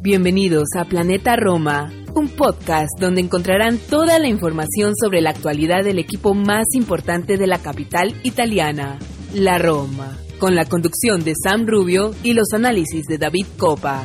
Bienvenidos a Planeta Roma, un podcast donde encontrarán toda la información sobre la actualidad del equipo más importante de la capital italiana, la Roma, con la conducción de Sam Rubio y los análisis de David Coppa.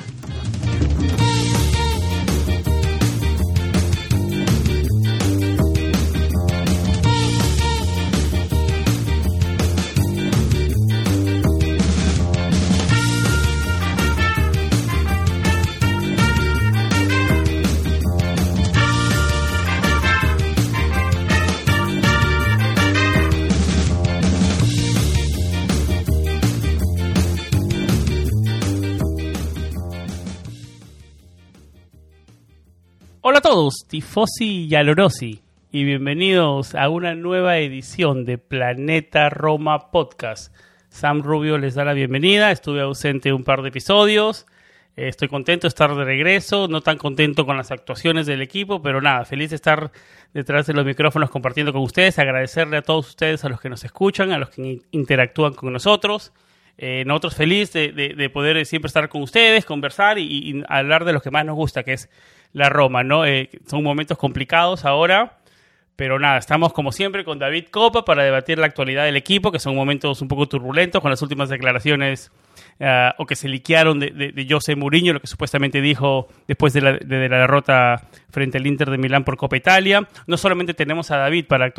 Hola a todos, tifosi y alorosi, y bienvenidos a una nueva edición de Planeta Roma Podcast. Sam Rubio les da la bienvenida, estuve ausente un par de episodios, estoy contento de estar de regreso, no tan contento con las actuaciones del equipo, pero nada, feliz de estar detrás de los micrófonos compartiendo con ustedes, agradecerle a todos ustedes, a los que nos escuchan, a los que interactúan con nosotros. Nosotros feliz de poder siempre estar con ustedes, conversar y hablar de lo que más nos gusta, que es la Roma, ¿no? Son momentos complicados ahora, pero nada, estamos como siempre con David Coppa para debatir la actualidad del equipo, que son momentos un poco turbulentos con las últimas declaraciones o que se liquearon de José Mourinho, lo que supuestamente dijo después de la derrota frente al Inter de Milán por Copa Italia. No solamente tenemos a David para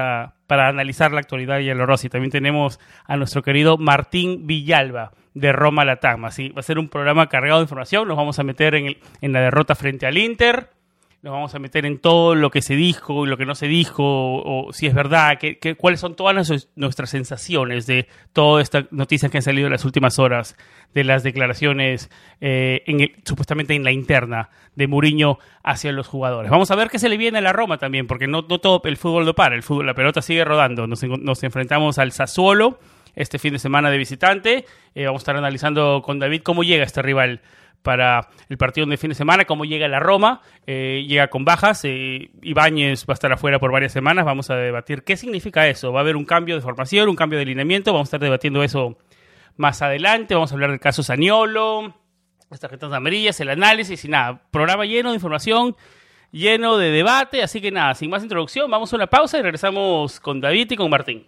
analizar la actualidad y el Rossi, también tenemos a nuestro querido Martín Villalba de Roma Latam. Así va a ser un programa cargado de información. Nos vamos a meter en la derrota frente al Inter. Nos vamos a meter en todo lo que se dijo y lo que no se dijo, o si es verdad, cuáles son todas nuestras sensaciones de todas estas noticias que han salido en las últimas horas, de las declaraciones supuestamente en la interna de Mourinho hacia los jugadores. Vamos a ver qué se le viene a la Roma también, porque no todo el fútbol lo para, la pelota sigue rodando. Nos enfrentamos al Sassuolo este fin de semana de visitante. Vamos a estar analizando con David cómo llega este rival para el partido de fin de semana, cómo llega la Roma. Llega con bajas, Ibáñez va a estar afuera por varias semanas. Vamos a debatir qué significa eso. Va a haber un cambio de formación, un cambio de alineamiento, vamos a estar debatiendo eso más adelante. Vamos a hablar del caso Zaniolo, las tarjetas amarillas, el análisis y nada, programa lleno de información, lleno de debate, así que nada, sin más introducción, vamos a una pausa y regresamos con David y con Martín.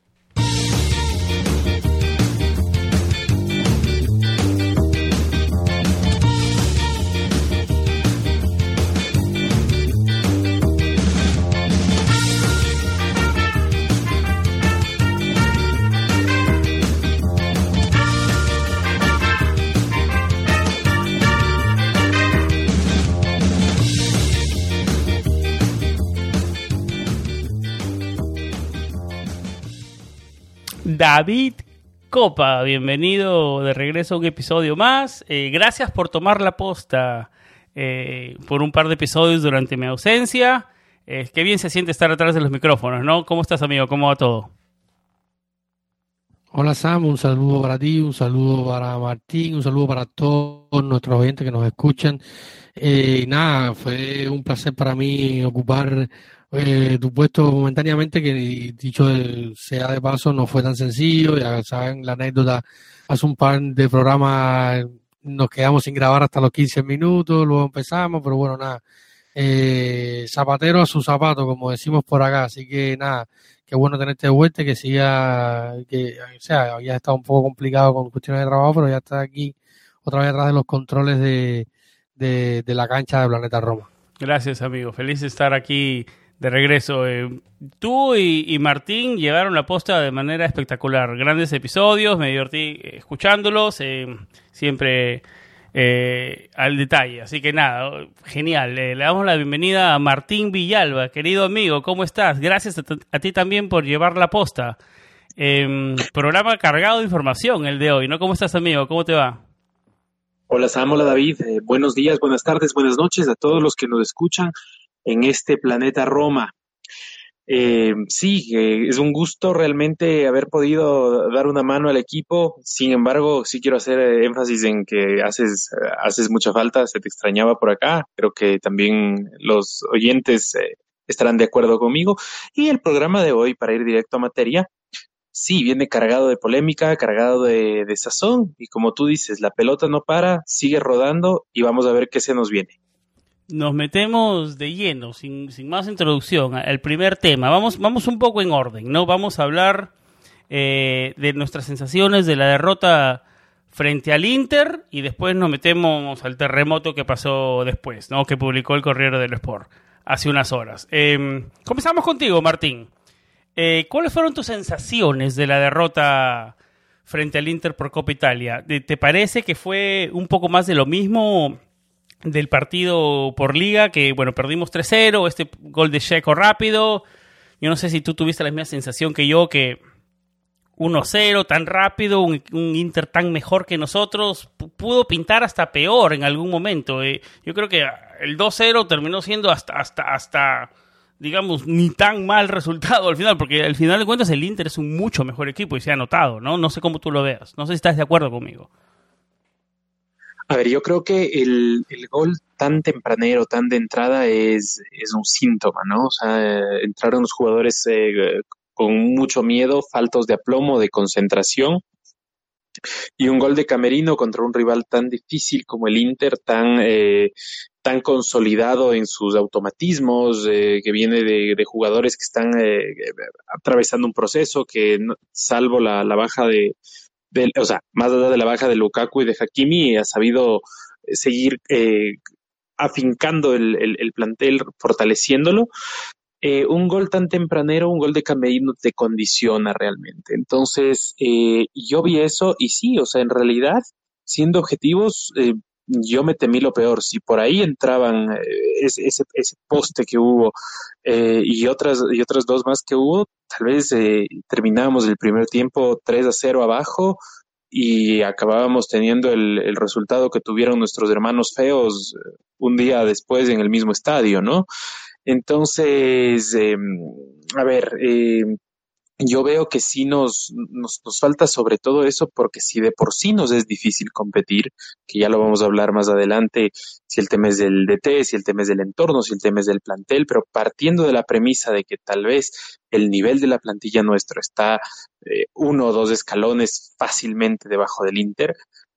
David Coppa, bienvenido de regreso a un episodio más. Gracias por tomar la posta por un par de episodios durante mi ausencia. Qué bien se siente estar atrás de los micrófonos, ¿no? ¿Cómo estás, amigo? ¿Cómo va todo? Hola, Sam, un saludo para ti, un saludo para Martín, un saludo para todos nuestros oyentes que nos escuchan. Nada, fue un placer para mí ocupar tu puesto momentáneamente, que dicho sea de paso no fue tan sencillo. Ya saben la anécdota, hace un par de programas nos quedamos sin grabar hasta los 15 minutos, luego empezamos, pero bueno, nada, zapatero a su zapato, como decimos por acá, así que nada, qué bueno tenerte de vuelta, que siga, había estado un poco complicado con cuestiones de trabajo, pero ya está aquí otra vez atrás de los controles de la cancha de Planeta Roma. Gracias, amigo, feliz de estar aquí de regreso. Tú y Martín llevaron la posta de manera espectacular. Grandes episodios, me divertí escuchándolos, siempre al detalle. Así que nada, genial. Le damos la bienvenida a Martín Villalba. Querido amigo, ¿cómo estás? Gracias a ti también por llevar la posta. Programa cargado de información el de hoy, ¿no? ¿Cómo estás, amigo? ¿Cómo te va? Hola, Sam, hola, David. Buenos días, buenas tardes, buenas noches a todos los que nos escuchan en este Planeta Roma. Es un gusto realmente haber podido dar una mano al equipo. Sin embargo, sí quiero hacer énfasis en que haces mucha falta, se te extrañaba por acá. Creo que también los oyentes estarán de acuerdo conmigo. Y el programa de hoy, para ir directo a materia, sí, viene cargado de polémica, cargado de sazón, y como tú dices, la pelota no para, sigue rodando y vamos a ver qué se nos viene. Nos metemos de lleno, sin más introducción, al primer tema. Vamos un poco en orden, ¿no? Vamos a hablar de nuestras sensaciones de la derrota frente al Inter y después nos metemos al terremoto que pasó después, ¿no? Que publicó el Corriere dello Sport hace unas horas. Comenzamos contigo, Martín. ¿Cuáles fueron tus sensaciones de la derrota frente al Inter por Copa Italia? ¿Te parece que fue un poco más de lo mismo del partido por Liga? Que, bueno, perdimos 3-0, este gol de Dzeko rápido. Yo no sé si tú tuviste la misma sensación que yo, que 1-0 tan rápido, un Inter tan mejor que nosotros, pudo pintar hasta peor en algún momento. Yo creo que el 2-0 terminó siendo hasta digamos, ni tan mal resultado al final, porque al final de cuentas el Inter es un mucho mejor equipo y se ha notado, ¿no? No sé cómo tú lo veas, no sé si estás de acuerdo conmigo. A ver, yo creo que el gol tan tempranero, tan de entrada, es un síntoma, ¿no? O sea, entraron los jugadores con mucho miedo, faltos de aplomo, de concentración, y un gol de Camerino contra un rival tan difícil como el Inter, tan consolidado en sus automatismos, que viene de jugadores que están atravesando un proceso que, salvo la baja o sea, más allá de la baja de Lukaku y de Hakimi, ha sabido seguir afincando el plantel, fortaleciéndolo. Un gol tan tempranero, un gol de Camerino te condiciona realmente. Entonces, yo vi eso y sí, o sea, en realidad, siendo objetivos, yo me temí lo peor. Si por ahí entraban ese poste que hubo y otras dos más que hubo, tal vez terminábamos el primer tiempo 3-0 abajo y acabábamos teniendo el resultado que tuvieron nuestros hermanos feos un día después en el mismo estadio, ¿no? Entonces, a ver, yo veo que sí nos falta sobre todo eso, porque si de por sí nos es difícil competir, que ya lo vamos a hablar más adelante, si el tema es del DT, si el tema es del entorno, si el tema es del plantel, pero partiendo de la premisa de que tal vez el nivel de la plantilla nuestro está 1 o 2 escalones fácilmente debajo del Inter,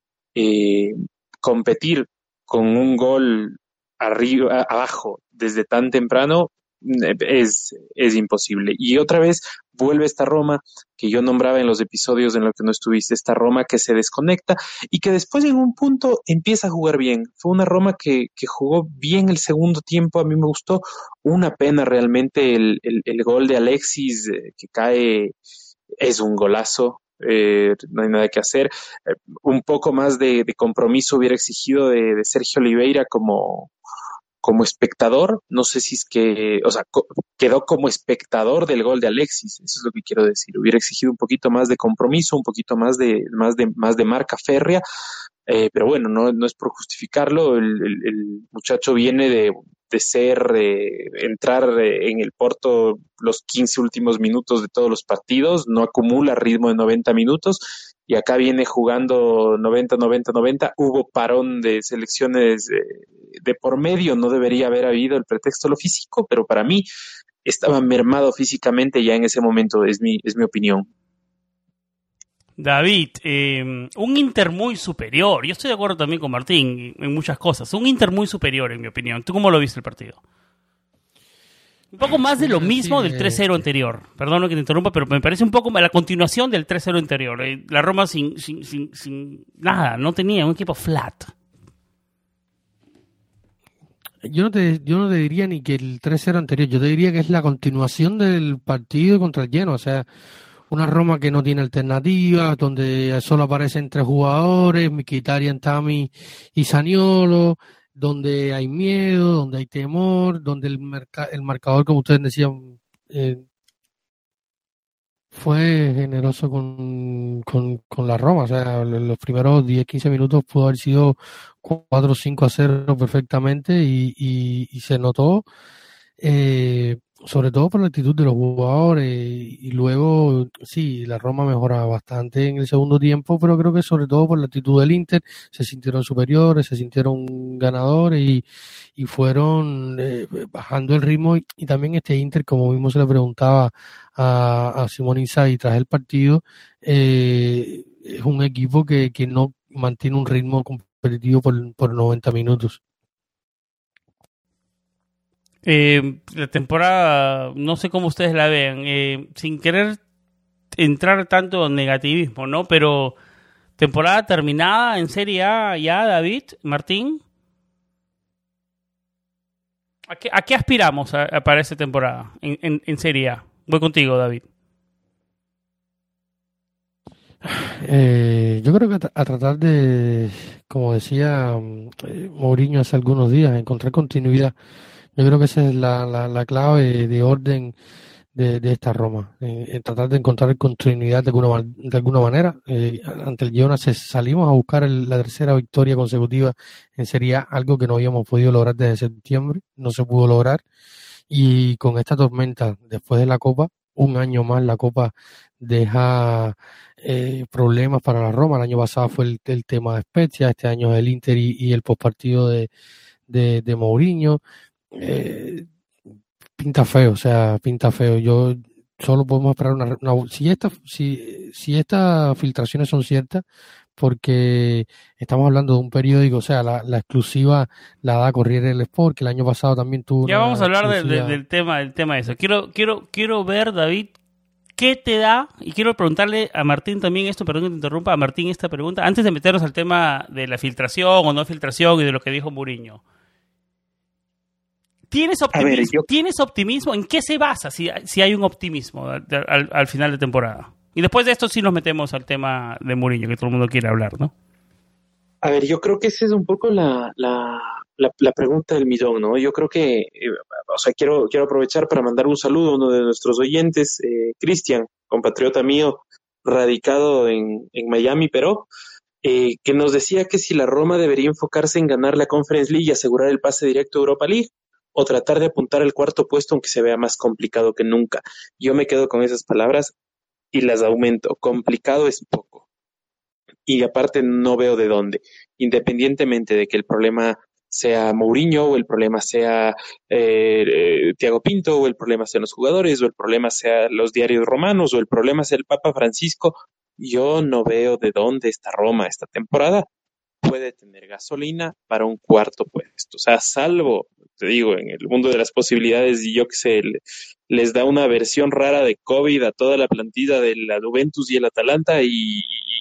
competir con un gol arriba, abajo, desde tan temprano, es imposible. Y otra vez vuelve esta Roma que yo nombraba en los episodios en los que no estuviste, esta Roma que se desconecta y que después en un punto empieza a jugar bien. Fue una Roma que jugó bien el segundo tiempo, a mí me gustó. Una pena realmente el gol de Alexis que cae, es un golazo. No hay nada que hacer. Un poco más de compromiso hubiera exigido de Sergio Oliveira como espectador. No sé si es que, o sea, quedó como espectador del gol de Alexis, eso es lo que quiero decir. Hubiera exigido un poquito más de compromiso, un poquito más de marca férrea, pero bueno, no es por justificarlo. El muchacho viene de entrar en el Porto los 15 últimos minutos de todos los partidos, no acumula ritmo de 90 minutos y acá viene jugando 90. Hubo parón de selecciones de por medio, no debería haber habido el pretexto de lo físico, pero para mí estaba mermado físicamente ya en ese momento, es mi opinión. David, un Inter muy superior. Yo estoy de acuerdo también con Martín en muchas cosas. Un Inter muy superior, en mi opinión. ¿Tú cómo lo viste el partido? Un poco más de lo mismo del 3-0 anterior. Perdón que te interrumpa, pero me parece un poco la continuación del 3-0 anterior. La Roma sin nada, no tenía un equipo flat. Yo no te diría ni que el 3-0 anterior, yo te diría que es la continuación del partido contra el Genoa. O sea, una Roma que no tiene alternativas, donde solo aparecen 3 jugadores, Mkhitaryan, Tammy y Zaniolo, donde hay miedo, donde hay temor, donde el marcador, como ustedes decían, fue generoso con la Roma. O sea, los primeros 10-15 minutos pudo haber sido 4-5-0 perfectamente y se notó. sobre todo por la actitud de los jugadores, y luego sí, la Roma mejora bastante en el segundo tiempo, pero creo que sobre todo por la actitud del Inter, se sintieron superiores, se sintieron ganadores y fueron bajando el ritmo, y también este Inter, como mismo se le preguntaba a Simone Inzaghi tras el partido, es un equipo que no mantiene un ritmo competitivo por 90 minutos. La temporada, no sé cómo ustedes la vean, sin querer entrar tanto en negativismo, ¿no? Pero temporada terminada en Serie A ya, David, Martín. ¿A qué aspiramos para esta temporada en Serie A? Voy contigo, David. Yo creo que a tratar de, como decía Mourinho hace algunos días, encontrar continuidad. Yo creo que esa es la clave de orden de esta Roma, en tratar de encontrar continuidad de alguna manera. Ante el Girona salimos a buscar la tercera victoria consecutiva en Serie A, algo que no habíamos podido lograr desde septiembre, no se pudo lograr, y con esta tormenta después de la Copa, un año más la Copa deja problemas para la Roma. El año pasado fue el tema de Spezia, este año es el Inter y el postpartido de Mourinho. Pinta feo, o sea, pinta feo. Yo solo podemos esperar si estas filtraciones son ciertas, porque estamos hablando de un periódico, o sea, la exclusiva la da Corriere dello Sport, que el año pasado también tuvo. Ya vamos a hablar del tema de eso. Quiero ver, David, ¿qué te da? Y quiero preguntarle a Martín también esto, perdón que te interrumpa, a Martín esta pregunta, antes de meternos al tema de la filtración o no filtración y de lo que dijo Mourinho. ¿Tienes optimismo? ¿En qué se basa si hay un optimismo al final de temporada? Y después de esto sí nos metemos al tema de Mourinho, que todo el mundo quiere hablar, ¿no? A ver, yo creo que esa es un poco la pregunta del millón, ¿no? Yo creo que, quiero aprovechar para mandar un saludo a uno de nuestros oyentes, Cristian, compatriota mío, radicado en Miami, Perú, que nos decía que si la Roma debería enfocarse en ganar la Conference League y asegurar el pase directo a Europa League, o tratar de apuntar al cuarto puesto aunque se vea más complicado que nunca. Yo me quedo con esas palabras y las aumento. Complicado es poco. Y aparte no veo de dónde. Independientemente de que el problema sea Mourinho, o el problema sea Thiago Pinto, o el problema sean los jugadores, o el problema sea los diarios romanos, o el problema sea el Papa Francisco, yo no veo de dónde esta Roma esta temporada puede tener gasolina para un cuarto puesto. O sea, salvo, te digo, en el mundo de las posibilidades, y yo que sé, les da una versión rara de COVID a toda la plantilla de la Juventus y el Atalanta y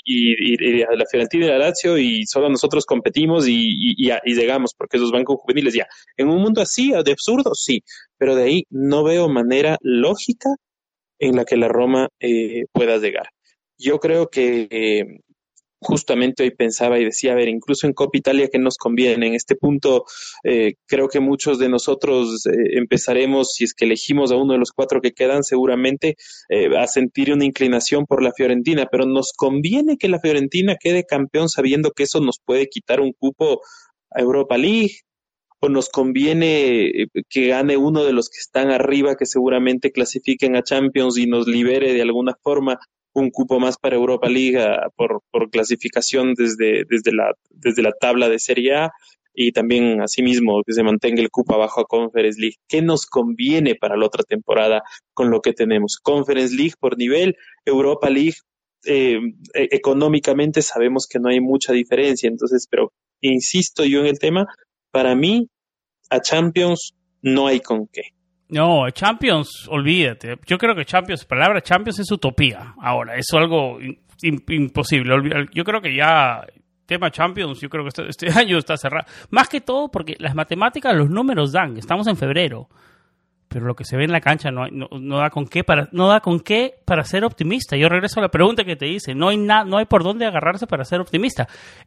a la Fiorentina y la Lazio, y solo nosotros competimos y llegamos, porque esos bancos juveniles ya. En un mundo así, de absurdo, sí, pero de ahí no veo manera lógica en la que la Roma pueda llegar. Yo creo que justamente hoy pensaba y decía, a ver, incluso en Copa Italia, ¿qué nos conviene? En este punto, creo que muchos de nosotros empezaremos, si es que elegimos a uno de los 4 que quedan, seguramente a sentir una inclinación por la Fiorentina, pero nos conviene que la Fiorentina quede campeón sabiendo que eso nos puede quitar un cupo a Europa League, o nos conviene que gane uno de los que están arriba, que seguramente clasifiquen a Champions y nos libere de alguna forma un cupo más para Europa League por clasificación desde la tabla de Serie A, y también asimismo que se mantenga el cupo abajo a Conference League. ¿Qué nos conviene para la otra temporada con lo que tenemos? Conference League por nivel, Europa League económicamente sabemos que no hay mucha diferencia, entonces, pero insisto yo en el tema, para mí a Champions no hay con qué. No, Champions, olvídate. Yo creo que palabra Champions es utopía. Ahora, es algo imposible. Yo creo que ya, tema Champions, yo creo que este año está cerrado. Más que todo porque las matemáticas, los números dan. Estamos en febrero. Pero lo que se ve en la cancha no da con qué para ser optimista. Yo regreso a la pregunta que te hice. No hay por dónde agarrarse para ser optimista.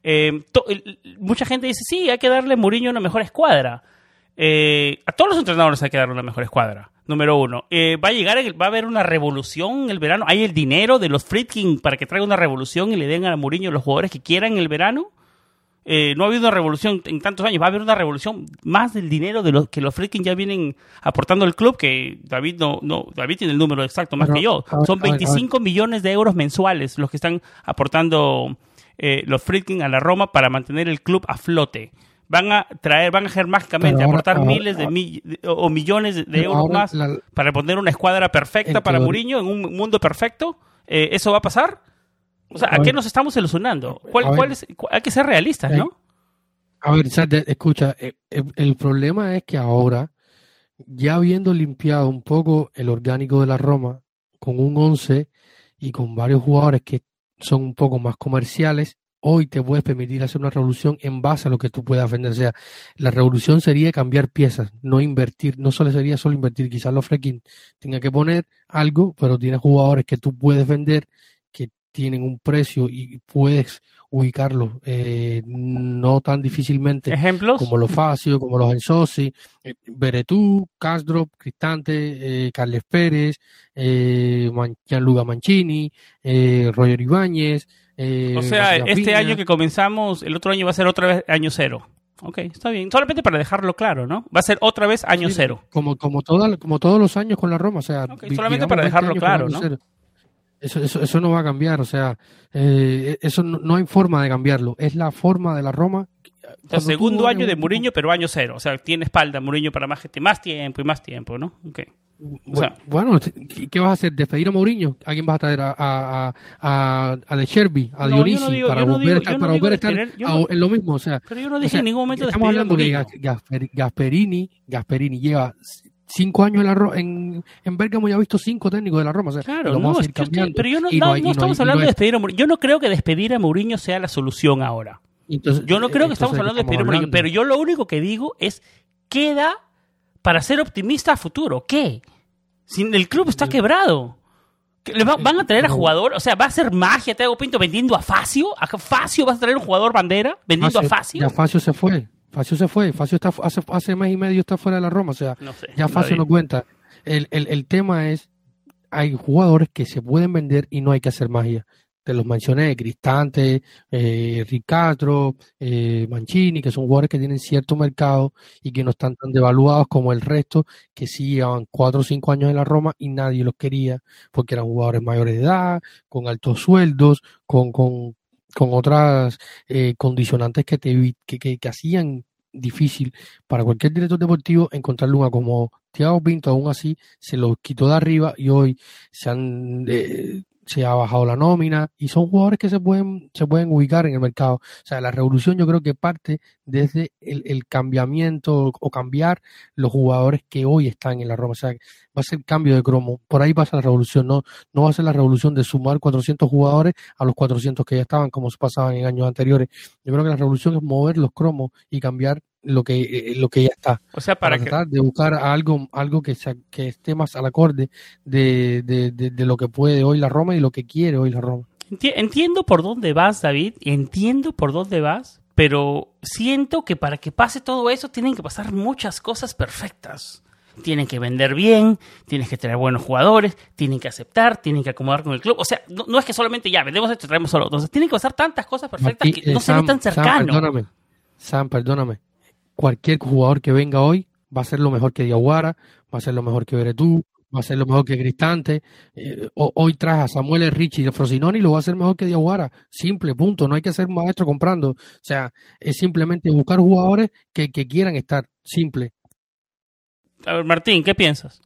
Mucha gente dice, sí, hay que darle a Mourinho una mejor escuadra. A todos los entrenadores hay que darle una mejor escuadra. Número 1. Va a haber una revolución en el verano. ¿Hay el dinero de los Friedkin para que traiga una revolución y le den a Mourinho los jugadores que quieran en el verano? No ha habido una revolución en tantos años, va a haber una revolución más del dinero de lo que los Friedkin ya vienen aportando al club, que David David tiene el número exacto más que yo. Son 25 millones de euros mensuales los que están aportando los Friedkin a la Roma para mantener el club a flote. Van a hacer mágicamente aportar miles de millones de euros más para poner una escuadra perfecta para Mourinho en un mundo perfecto. ¿Eso va a pasar? O sea, ¿a qué nos estamos ilusionando? Hay que ser realistas, ¿no? A ver, escucha, el problema es que ahora, ya habiendo limpiado un poco el orgánico de la Roma, con un 11 y con varios jugadores que son un poco más comerciales, hoy te puedes permitir hacer una revolución en base a lo que tú puedas vender. O sea, la revolución sería cambiar piezas, no invertir, no solo sería solo invertir. Quizás los Friedkin tengan que poner algo, pero tienes jugadores que tú puedes vender, que tienen un precio y puedes ubicarlos no tan difícilmente. ¿Ejemplos? Como los Facio, como los Ensossi, Veretù, Karsdorp, Cristante, Carles Pérez, Gianluca Mancini, Roger Ibáñez. O sea, este año que comenzamos, el otro año va a ser otra vez año cero. Ok, está bien. Solamente para dejarlo claro, ¿no? Va a ser otra vez año cero. Como todos los años con la Roma. O sea, solamente para dejarlo claro, ¿no? Eso no va a cambiar. O sea, eso no hay forma de cambiarlo. Es la forma de la Roma. O sea, segundo año de Mourinho, pero año cero. O sea, tiene espalda Mourinho para más tiempo y más tiempo, ¿no? Okay. Bueno, ¿qué vas a hacer? ¿Despedir a Mourinho? ¿A quién vas a traer? ¿A De Cherby? ¿A Dionisi? Para volver a estar en lo mismo. O sea, pero yo no dije en ningún momento estamos hablando que Gasperini lleva 5 años en Bérgamo y ha visto 5 técnicos de la Roma. O sea, claro, pero yo no estamos hablando de despedir a Mourinho. Yo no creo que despedir a Mourinho sea la solución ahora. Entonces, yo no creo que estamos hablando de despedir a Mourinho, pero yo lo único que digo es, queda para ser optimista a futuro. ¿Qué? Si el club está quebrado. ¿Van a traer a jugador? O sea, ¿va a ser magia Thiago Pinto vendiendo a Facio? ¿A Facio vas a traer un jugador bandera vendiendo a Facio? Ya Facio se fue. Facio está hace mes y medio está fuera de la Roma. O sea, no sé, ya Facio no cuenta. El tema es, hay jugadores que se pueden vender y no hay que hacer magia. Te los mencioné, Cristante, Riccardo, Mancini, que son jugadores que tienen cierto mercado y que no están tan devaluados como el resto, que sí llevaban 4 o 5 años en la Roma y nadie los quería porque eran jugadores mayores de edad, con altos sueldos, con otras condicionantes que hacían difícil para cualquier director deportivo encontrarle una como Thiago Pinto. Aún así se los quitó de arriba y hoy se ha bajado la nómina y son jugadores que se pueden ubicar en el mercado. O sea, la revolución yo creo que parte desde el cambiamiento o cambiar los jugadores que hoy están en la Roma. O sea, va a ser cambio de cromo. Por ahí pasa la revolución. No va a ser la revolución de sumar 400 jugadores a los 400 que ya estaban, como se pasaban en años anteriores. Yo creo que la revolución es mover los cromos y cambiar lo que ya está. O sea, para tratar de buscar algo que esté más al acorde de lo que puede hoy la Roma y lo que quiere hoy la Roma. Entiendo por dónde vas, David, pero siento que para que pase todo eso tienen que pasar muchas cosas perfectas. Tienen que vender bien, tienes que tener buenos jugadores, tienen que aceptar, tienen que acomodar con el club. O sea, no es que solamente ya vendemos esto y traemos solo. Entonces tienen que pasar tantas cosas perfectas que no se ve tan cercano. Sam, perdóname. Cualquier jugador que venga hoy va a ser lo mejor que Diawara, va a ser lo mejor que Veretù, va a ser lo mejor que Cristante. Hoy traes a Samuel Ricci y a Frosinone y lo va a hacer mejor que Diawara. Simple, punto. No hay que ser maestro comprando. O sea, es simplemente buscar jugadores que quieran estar. Simple. A ver, Martín, ¿qué piensas?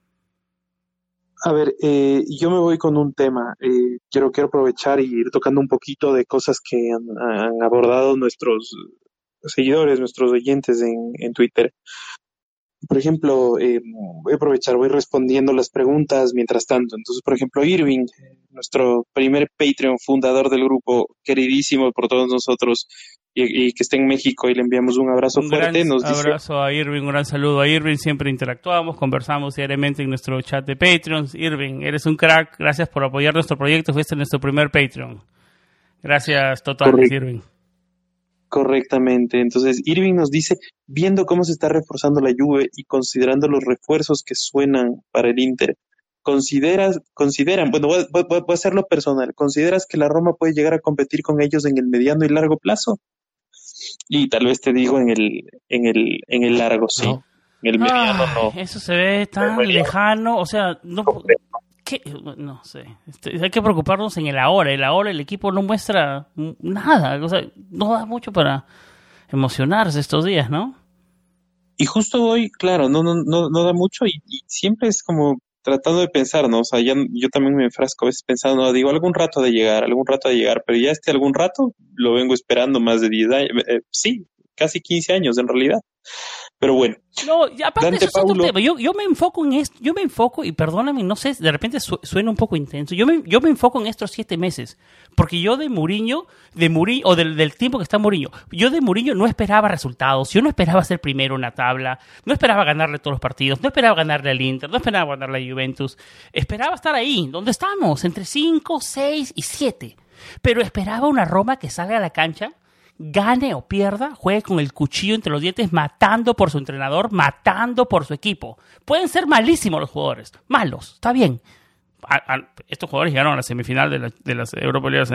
A ver, yo me voy con un tema. Quiero aprovechar y ir tocando un poquito de cosas que han abordado nuestros seguidores, nuestros oyentes en Twitter. Por ejemplo, voy a aprovechar, voy respondiendo las preguntas mientras tanto. Entonces, por ejemplo, Irving, nuestro primer Patreon, fundador del grupo, queridísimo por todos nosotros y que está en México, y le enviamos un abrazo fuerte. Un abrazo a Irving, un gran saludo a Irving. Siempre interactuamos, conversamos diariamente en nuestro chat de Patreons. Irving, eres un crack. Gracias por apoyar nuestro proyecto. Fuiste nuestro primer Patreon. Gracias totales, Irving. Correctamente. Entonces, Irving nos dice, viendo cómo se está reforzando la Juve y considerando los refuerzos que suenan para el Inter, bueno, voy a hacerlo personal, ¿consideras que la Roma puede llegar a competir con ellos en el mediano y largo plazo? Y tal vez te digo en el largo, sí. No. En el mediano, no. Eso se ve tan lejano, o sea, no... ¿Qué? No sé. Hay que preocuparnos en el ahora. El equipo no muestra nada. O sea, no da mucho para emocionarse estos días, ¿no? Y justo hoy, claro, no da mucho y siempre es como tratando de pensar, ¿no? O sea, yo también me enfrasco a veces pensando, no, digo, algún rato de llegar, pero ya algún rato lo vengo esperando más de 10 años, sí, casi 15 años en realidad. Pero bueno. No, y aparte Dante eso es otro Paulo. tema. Yo me enfoco en esto, y perdóname, no sé, de repente suena un poco intenso. Yo me enfoco en estos 7 meses. Porque yo de Mourinho, o del tiempo que está Mourinho, yo de Mourinho no esperaba resultados. Yo no esperaba ser primero en la tabla. No esperaba ganarle todos los partidos. No esperaba ganarle al Inter. No esperaba ganarle a Juventus. Esperaba estar ahí, donde estamos, entre 5, 6 y 7. Pero esperaba una Roma que salga a la cancha, gane o pierda, juegue con el cuchillo entre los dientes, matando por su entrenador, matando por su equipo. Pueden ser malísimos los jugadores, malos, está bien. Estos jugadores llegaron a la semifinal de las Europa League.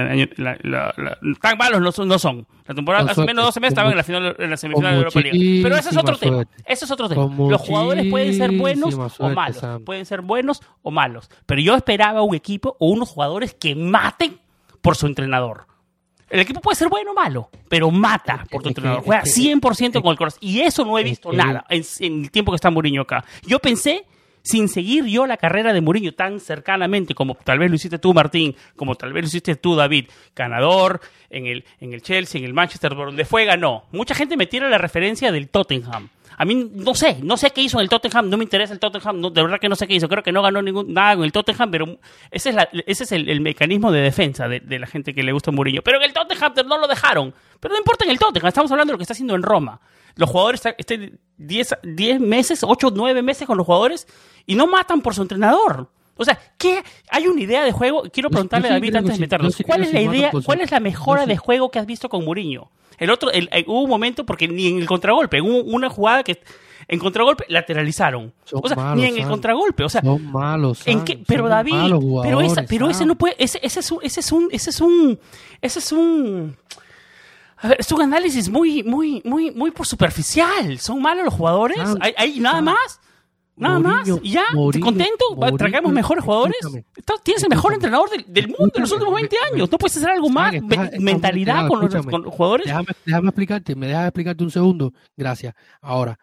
Tan malos no son. La temporada hace menos de 12 meses estaban en la semifinal de Europa League. Pero ese es otro tema. Los jugadores pueden ser buenos o malos. Pueden ser buenos o malos. Pero yo esperaba un equipo o unos jugadores que maten por su entrenador. El equipo puede ser bueno o malo, pero mata por tu entrenador. Juega 100% con el corazón. Y eso no he visto nada en el tiempo que está Mourinho acá. Yo pensé, sin seguir yo la carrera de Mourinho tan cercanamente como tal vez lo hiciste tú, Martín, como tal vez lo hiciste tú, David, ganador en el Chelsea, en el Manchester, por donde fue, ganó. Mucha gente me tira la referencia del Tottenham. A mí no sé qué hizo en el Tottenham, no me interesa el Tottenham, no, de verdad que no sé qué hizo, creo que no ganó nada con el Tottenham, pero ese es el mecanismo de defensa de la gente que le gusta a Mourinho. Pero en el Tottenham no lo dejaron, pero no importa en el Tottenham, estamos hablando de lo que está haciendo en Roma. Los jugadores están 10 meses, 8, 9 meses con los jugadores y no matan por su entrenador. O sea, ¿qué? ¿Hay una idea de juego? Quiero preguntarle a David antes de meternos. ¿Cuál es la idea? ¿Cuál es la mejora de juego que has visto con Mourinho? Hubo un momento, porque ni en el contragolpe, hubo una jugada que en contragolpe lateralizaron. O sea, malos, ni en el contragolpe. O sea, son malos. Pero David, pero ese no puede, ese es un a ver, es un análisis muy por superficial. ¿Son malos los jugadores? ¿Hay nada más? Nada Mourinho, más, y ya, ¿contento? ¿Traigamos mejores jugadores? Tienes el mejor entrenador del mundo en los últimos 20 años. ¿No puedes hacer algo más? ¿Mentalidad con los jugadores? Déjame explicarte, ¿me dejas explicarte un segundo? Gracias. Ahora,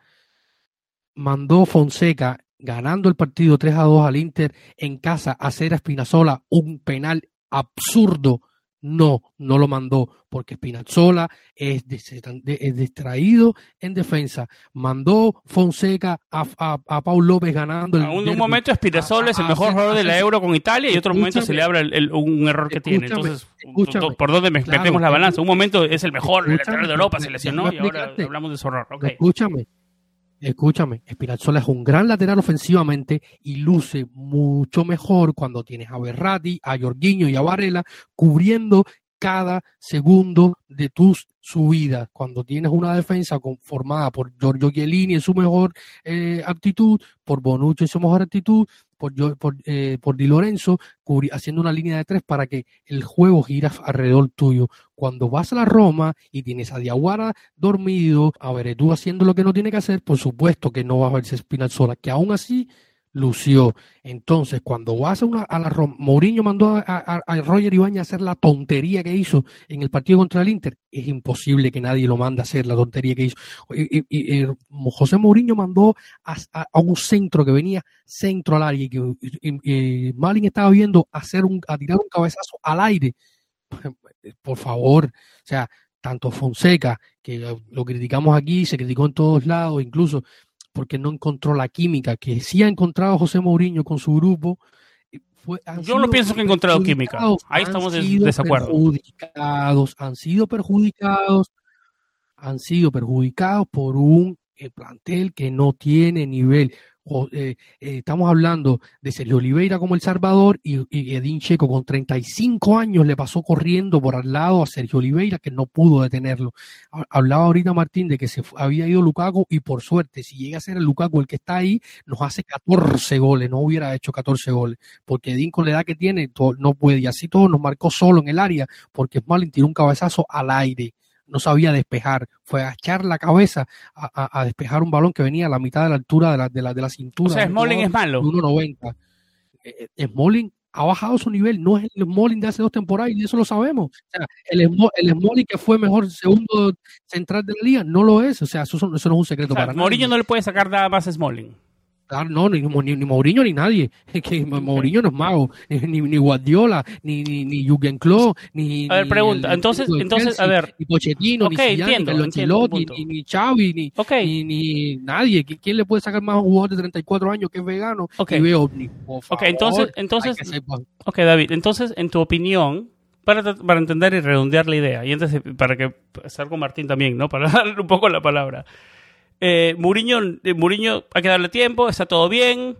mandó Fonseca, ganando el partido 3-2 al Inter en casa, a hacer a Spinazzola un penal absurdo. No lo mandó, porque Spinazzola es distraído en defensa. Mandó Fonseca a Paul López ganando. En un momento Spinazzola es el mejor jugador de la Euro con Italia y otro momento se le abre un error que tiene. Entonces, ¿por dónde metemos la balanza? Un momento es el mejor lateral de Europa, se lesionó y ahora hablamos de su error. Okay. Escúchame, Spinazzola es un gran lateral ofensivamente y luce mucho mejor cuando tienes a Verratti, a Jorginho y a Varela cubriendo cada segundo de tus subidas. Cuando tienes una defensa formada por Giorgio Chiellini en su mejor actitud, por Bonucci en su mejor actitud, por Di Lorenzo, haciendo una línea de 3 para que el juego gira alrededor tuyo. Cuando vas a la Roma y tienes a Diawara dormido, a Veretout haciendo lo que no tiene que hacer, por supuesto que no va a verse Spinazzola, que aún así lució. Entonces, cuando vas a la Roma, Mourinho mandó a Roger Ibáñez a hacer la tontería que hizo en el partido contra el Inter. Es imposible que nadie lo mande a hacer la tontería que hizo. José Mourinho mandó a un centro que venía centro al área y que Malin estaba viendo a tirar un cabezazo al aire. Por favor, o sea, tanto Fonseca, que lo criticamos aquí, se criticó en todos lados, incluso porque no encontró la química que sí ha encontrado José Mourinho con su grupo. Yo no pienso que ha encontrado química. Ahí estamos en desacuerdo. Han sido perjudicados por un plantel que no tiene nivel. Estamos hablando de Sergio Oliveira como El Salvador y Edin Dzeko con 35 años le pasó corriendo por al lado a Sergio Oliveira, que no pudo detenerlo. Hablaba ahorita Martín de que se había ido Lukaku y por suerte, si llega a ser el Lukaku el que está ahí, nos hace 14 goles, no hubiera hecho 14 goles, porque Edin con la edad que tiene no puede, y así todo nos marcó solo en el área, porque Smalling tiró un cabezazo al aire. no sabía despejar, fue a echar la cabeza a despejar un balón que venía a la mitad de la altura de la cintura. O sea, Smalling es malo. 1.90. Smalling ha bajado su nivel, no es el Smalling de hace 2 temporadas y eso lo sabemos. O sea, el Smalling que fue mejor segundo central de la liga no lo es. O sea, eso no es un secreto, o sea, para Mourinho nadie. No le puede sacar nada más a Smalling. Claro, no, ni Mourinho ni nadie. Es que Mourinho no es mago, ni Guardiola, ni Jürgen Klopp, ni. A ver, pregunta. Entonces, Chelsea, a ver. Ni Pochettino, ni Zidane, ni Ancelotti, ni Xavi, ni nadie. ¿Quién le puede sacar más a un jugador de 34 años que es vegano y ve ovni? Entonces, David, entonces, en tu opinión, para entender y redondear la idea, y entonces para que estar con Martín también, ¿no? Para darle un poco la palabra. Mourinho hay que darle tiempo, está todo bien,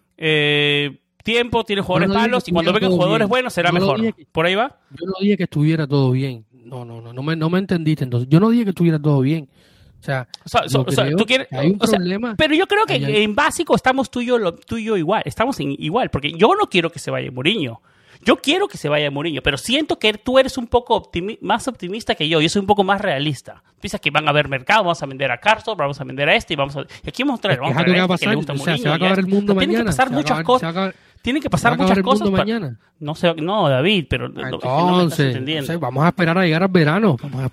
tiempo, tiene jugadores malos y cuando vengan jugadores buenos será mejor. ¿Por ahí va? Yo no dije que estuviera todo bien. No me entendiste entonces. Yo no dije que estuviera todo bien. O sea, tú quieres, hay un problema. Pero yo creo que en básico estamos tú y yo igual, estamos igual, porque yo no quiero que se vaya Mourinho. Yo quiero que se vaya Mourinho, pero siento que tú eres un poco más optimista que yo soy un poco más realista. Piensas que van a haber mercado, vamos a vender a Carson, vamos a vender a este y aquí vamos a traer a este que le gusta a Mourinho. Se va a acabar el mundo mañana. Tienen que pasar muchas cosas. Tienen que pasar muchas cosas. Mañana. No, David, pero entonces, vamos a esperar a llegar al verano. Va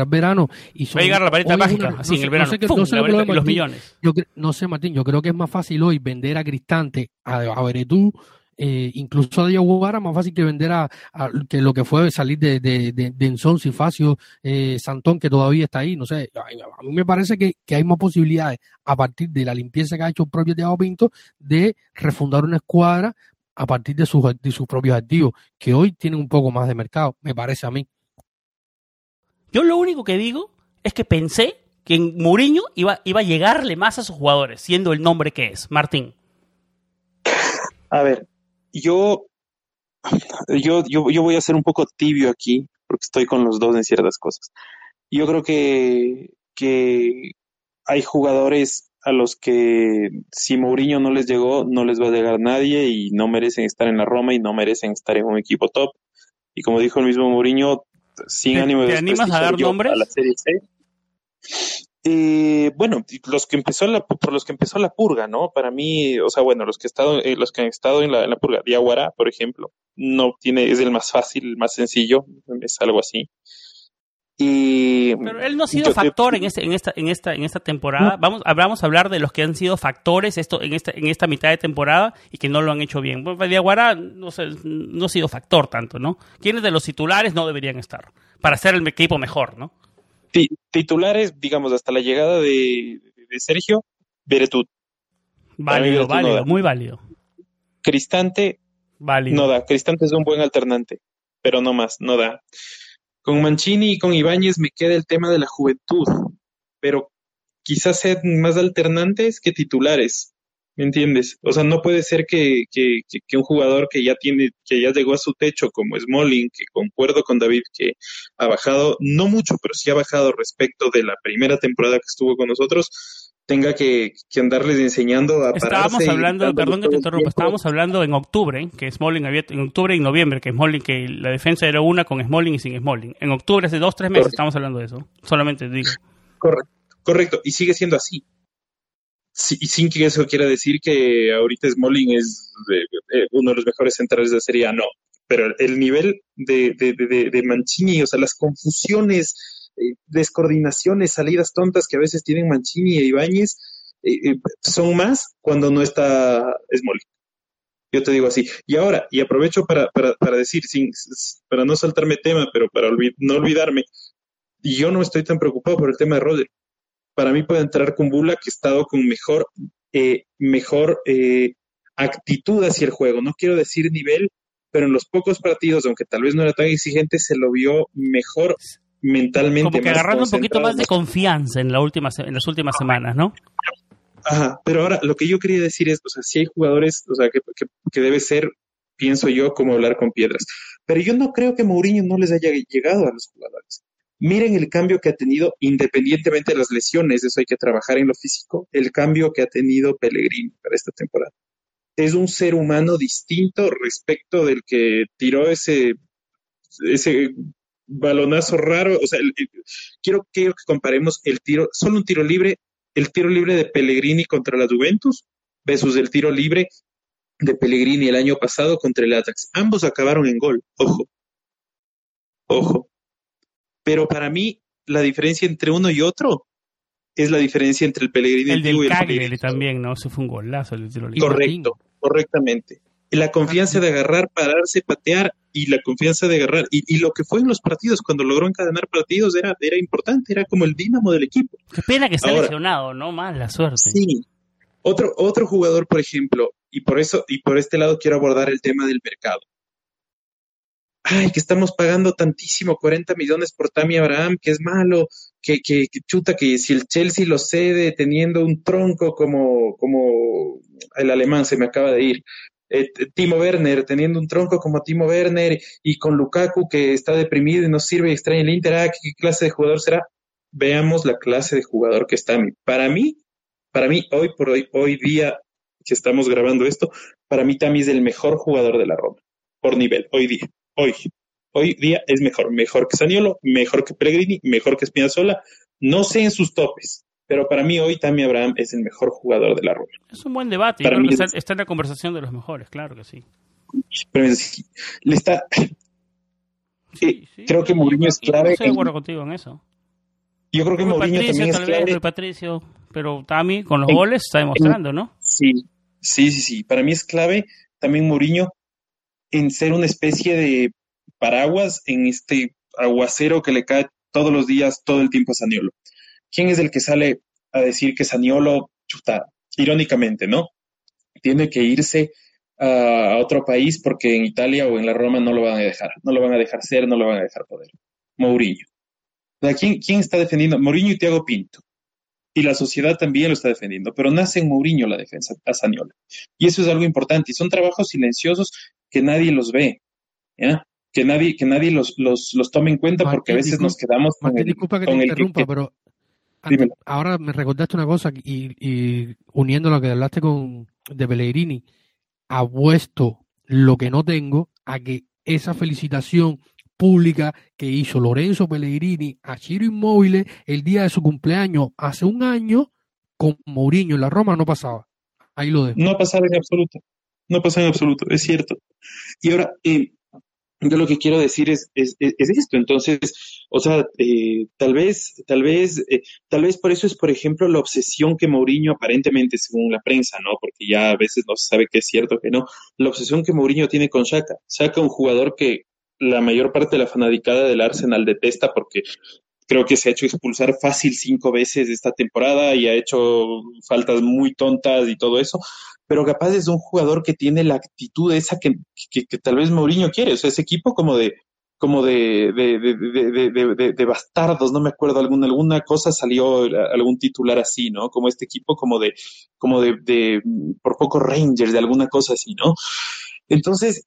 a llegar la varita mágica, así en el verano. Y los millones. No sé, Martín, yo creo que es más fácil hoy vender a Cristante, a Veretú, incluso a Diawara, más fácil que vender que lo que fue salir de Enzón, Cifacio, Santón, que todavía está ahí. No sé, a mí me parece que hay más posibilidades a partir de la limpieza que ha hecho el propio Thiago Pinto de refundar una escuadra a partir de sus propios activos, que hoy tienen un poco más de mercado, me parece a mí. Yo lo único que digo es que pensé que en Mourinho iba a llegarle más a sus jugadores, siendo el nombre que es. Martín. A ver, yo voy a ser un poco tibio aquí, porque estoy con los dos en ciertas cosas. Yo creo que hay jugadores a los que si Mourinho no les llegó, no les va a llegar nadie y no merecen estar en la Roma y no merecen estar en un equipo top. Y como dijo el mismo Mourinho, sin ánimo de... ¿Te animas a dar nombres? A la Serie C. Bueno, por los que empezó la purga, ¿no? Para mí, o sea, bueno, los que han estado en la purga, Diawara, por ejemplo, es el más fácil, el más sencillo, es algo así. Pero él no ha sido factor en esta temporada. No. Vamos a hablar de los que han sido factores en esta mitad de temporada y que no lo han hecho bien. Bueno, Diawara no ha sido factor tanto, ¿no? ¿Quiénes de los titulares no deberían estar para hacer el equipo mejor, ¿no? Titulares, digamos, hasta la llegada de Sergio, Veretout. Válido, muy válido. Cristante, válido. No da. Cristante es un buen alternante, pero no más, no da. Con Mancini y con Ibáñez me queda el tema de la juventud, pero quizás sean más alternantes que titulares, ¿me entiendes? O sea, no puede ser que un jugador que ya llegó a su techo, como Smalling, que concuerdo con David, que ha bajado, no mucho, pero sí ha bajado respecto de la primera temporada que estuvo con nosotros, tenga que andarles enseñando a estábamos hablando, perdón que te interrumpa, estábamos hablando en octubre, que Smalling en octubre y noviembre, que la defensa era una con Smalling y sin Smalling. En octubre, hace 2-3 meses, correcto. Estamos hablando de eso. Solamente digo. Correcto. Y sigue siendo así. Sí, y sin que eso quiera decir que ahorita Smalling es uno de los mejores centrales de la Serie A, no. Pero el nivel de Mancini, o sea, las confusiones, descoordinaciones, salidas tontas que a veces tienen Mancini e Ibáñez, son más cuando no está Smalling. Yo te digo así. Y ahora, y aprovecho para decir, para no saltarme tema, pero para no olvidarme, y yo no estoy tan preocupado por el tema de Rodri. Para mí puede entrar con Bula, que ha estado con mejor actitud hacia el juego. No quiero decir nivel, pero en los pocos partidos, aunque tal vez no era tan exigente, se lo vio mejor mentalmente. Como que agarrando un poquito más de confianza en las últimas semanas, ¿no? Ajá, pero ahora lo que yo quería decir es, o sea, si hay jugadores, o sea, que debe ser, pienso yo, como hablar con piedras. Pero yo no creo que Mourinho no les haya llegado a los jugadores. Miren el cambio que ha tenido, independientemente de las lesiones, eso hay que trabajar en lo físico, el cambio que ha tenido Pellegrini para esta temporada. Es un ser humano distinto respecto del que tiró ese balonazo raro. O sea, quiero que comparemos solo un tiro libre, el tiro libre de Pellegrini contra la Juventus versus el tiro libre de Pellegrini el año pasado contra el Ajax. Ambos acabaron en gol, ojo. Pero para mí, la diferencia entre uno y otro es la diferencia entre el Pellegrini antiguo y el Cagliari Pellegrini también, ¿no? Eso fue un golazo el tiro libre. Correcto, correctamente. La confianza de agarrar, pararse, patear y la confianza de agarrar. Y lo que fue en los partidos, cuando logró encadenar partidos, era importante, era como el dínamo del equipo. Qué pena que está lesionado, ¿no? Más la suerte. Sí. Otro jugador, por ejemplo, y por este lado quiero abordar el tema del mercado. Ay, que estamos pagando tantísimo, 40 millones por Tammy Abraham, que es malo, que chuta, que si el Chelsea lo cede teniendo un tronco como el alemán se me acaba de ir, Timo Werner, teniendo un tronco como Timo Werner, y con Lukaku que está deprimido y no sirve y extraña el Inter, ¿qué clase de jugador será? Veamos la clase de jugador que es Tammy. Para mí, hoy día que estamos grabando esto, para mí Tammy es el mejor jugador de la Roma, por nivel, hoy día es mejor que Zaniolo, mejor que Pellegrini, mejor que Spinazzola, no sé en sus topes, pero para mí hoy Tammy Abraham es el mejor jugador de la Roma. Es un buen debate, yo creo que está en la conversación de los mejores, claro que sí. Pero creo que Mourinho es clave. Estoy de acuerdo contigo en eso. Yo creo que Mourinho también es clave. Patricio, pero Tammy con los goles está demostrando, ¿no? Sí. Para mí es clave también Mourinho en ser una especie de paraguas en este aguacero que le cae todos los días, todo el tiempo a Zaniolo. ¿Quién es el que sale a decir que Zaniolo, irónicamente, ¿no? Tiene que irse a otro país porque en Italia o en la Roma no lo van a dejar ser, no lo van a dejar poder. Mourinho. ¿Quién está defendiendo? Mourinho y Thiago Pinto. Y la sociedad también lo está defendiendo, pero nace en Mourinho la defensa a Zaniolo. Y eso es algo importante, y son trabajos silenciosos que nadie los ve, ¿ya? Que nadie los tome en cuenta, Martín, porque a veces nos quedamos Martín, disculpa que te interrumpa, pero ahora me recordaste una cosa y uniendo lo que hablaste de Pellegrini, apuesto lo que no tengo a que esa felicitación pública que hizo Lorenzo Pellegrini a Ciro Immobile el día de su cumpleaños hace un año con Mourinho en la Roma no pasaba. Ahí lo dejo. No pasaba en absoluto, es cierto. Y ahora, yo lo que quiero decir es esto. Entonces, o sea, tal vez por eso es, por ejemplo, la obsesión que Mourinho aparentemente, según la prensa, ¿no? Porque ya a veces no se sabe qué es cierto, que no. La obsesión que Mourinho tiene con Xhaka. Xhaka, un jugador que la mayor parte de la fanaticada del Arsenal detesta porque creo que se ha hecho expulsar fácil 5 veces esta temporada y ha hecho faltas muy tontas y todo eso, pero capaz es un jugador que tiene la actitud esa que tal vez Mourinho quiere, o sea, ese equipo como de bastardos, no me acuerdo, alguna cosa salió, algún titular así, ¿no? Como este equipo como de por poco Rangers, de alguna cosa así, ¿no? Entonces,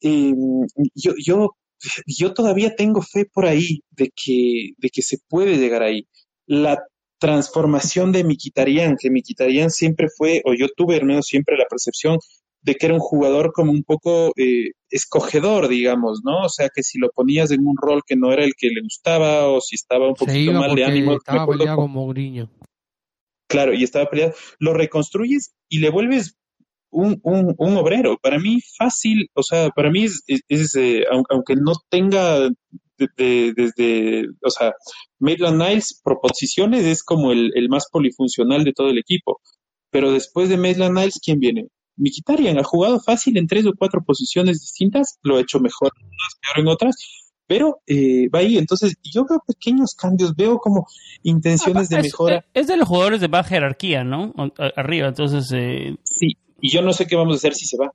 yo todavía tengo fe por ahí de que se puede llegar ahí. La transformación de Mkhitaryan, que Mkhitaryan siempre fue, o yo tuve al menos siempre la percepción de que era un jugador como un poco escogedor, digamos, ¿no? O sea, que si lo ponías en un rol que no era el que le gustaba, o si estaba un poquito mal de ánimo. Estaba peleado con Mourinho. Claro, y estaba peleado. Lo reconstruyes y le vuelves un obrero. Para mí fácil, o sea, para mí es aunque no tenga desde, o sea, Maitland-Niles por posiciones es como el más polifuncional de todo el equipo, pero después de Maitland-Niles, ¿quién viene? Mkhitaryan ha jugado fácil en 3 o 4 posiciones distintas, lo ha hecho mejor en unas, peor en otras, pero va ahí. Entonces yo veo pequeños cambios, veo como intenciones de mejora. Es de los jugadores de baja jerarquía, ¿no? Arriba, entonces sí. Y yo no sé qué vamos a hacer si se va.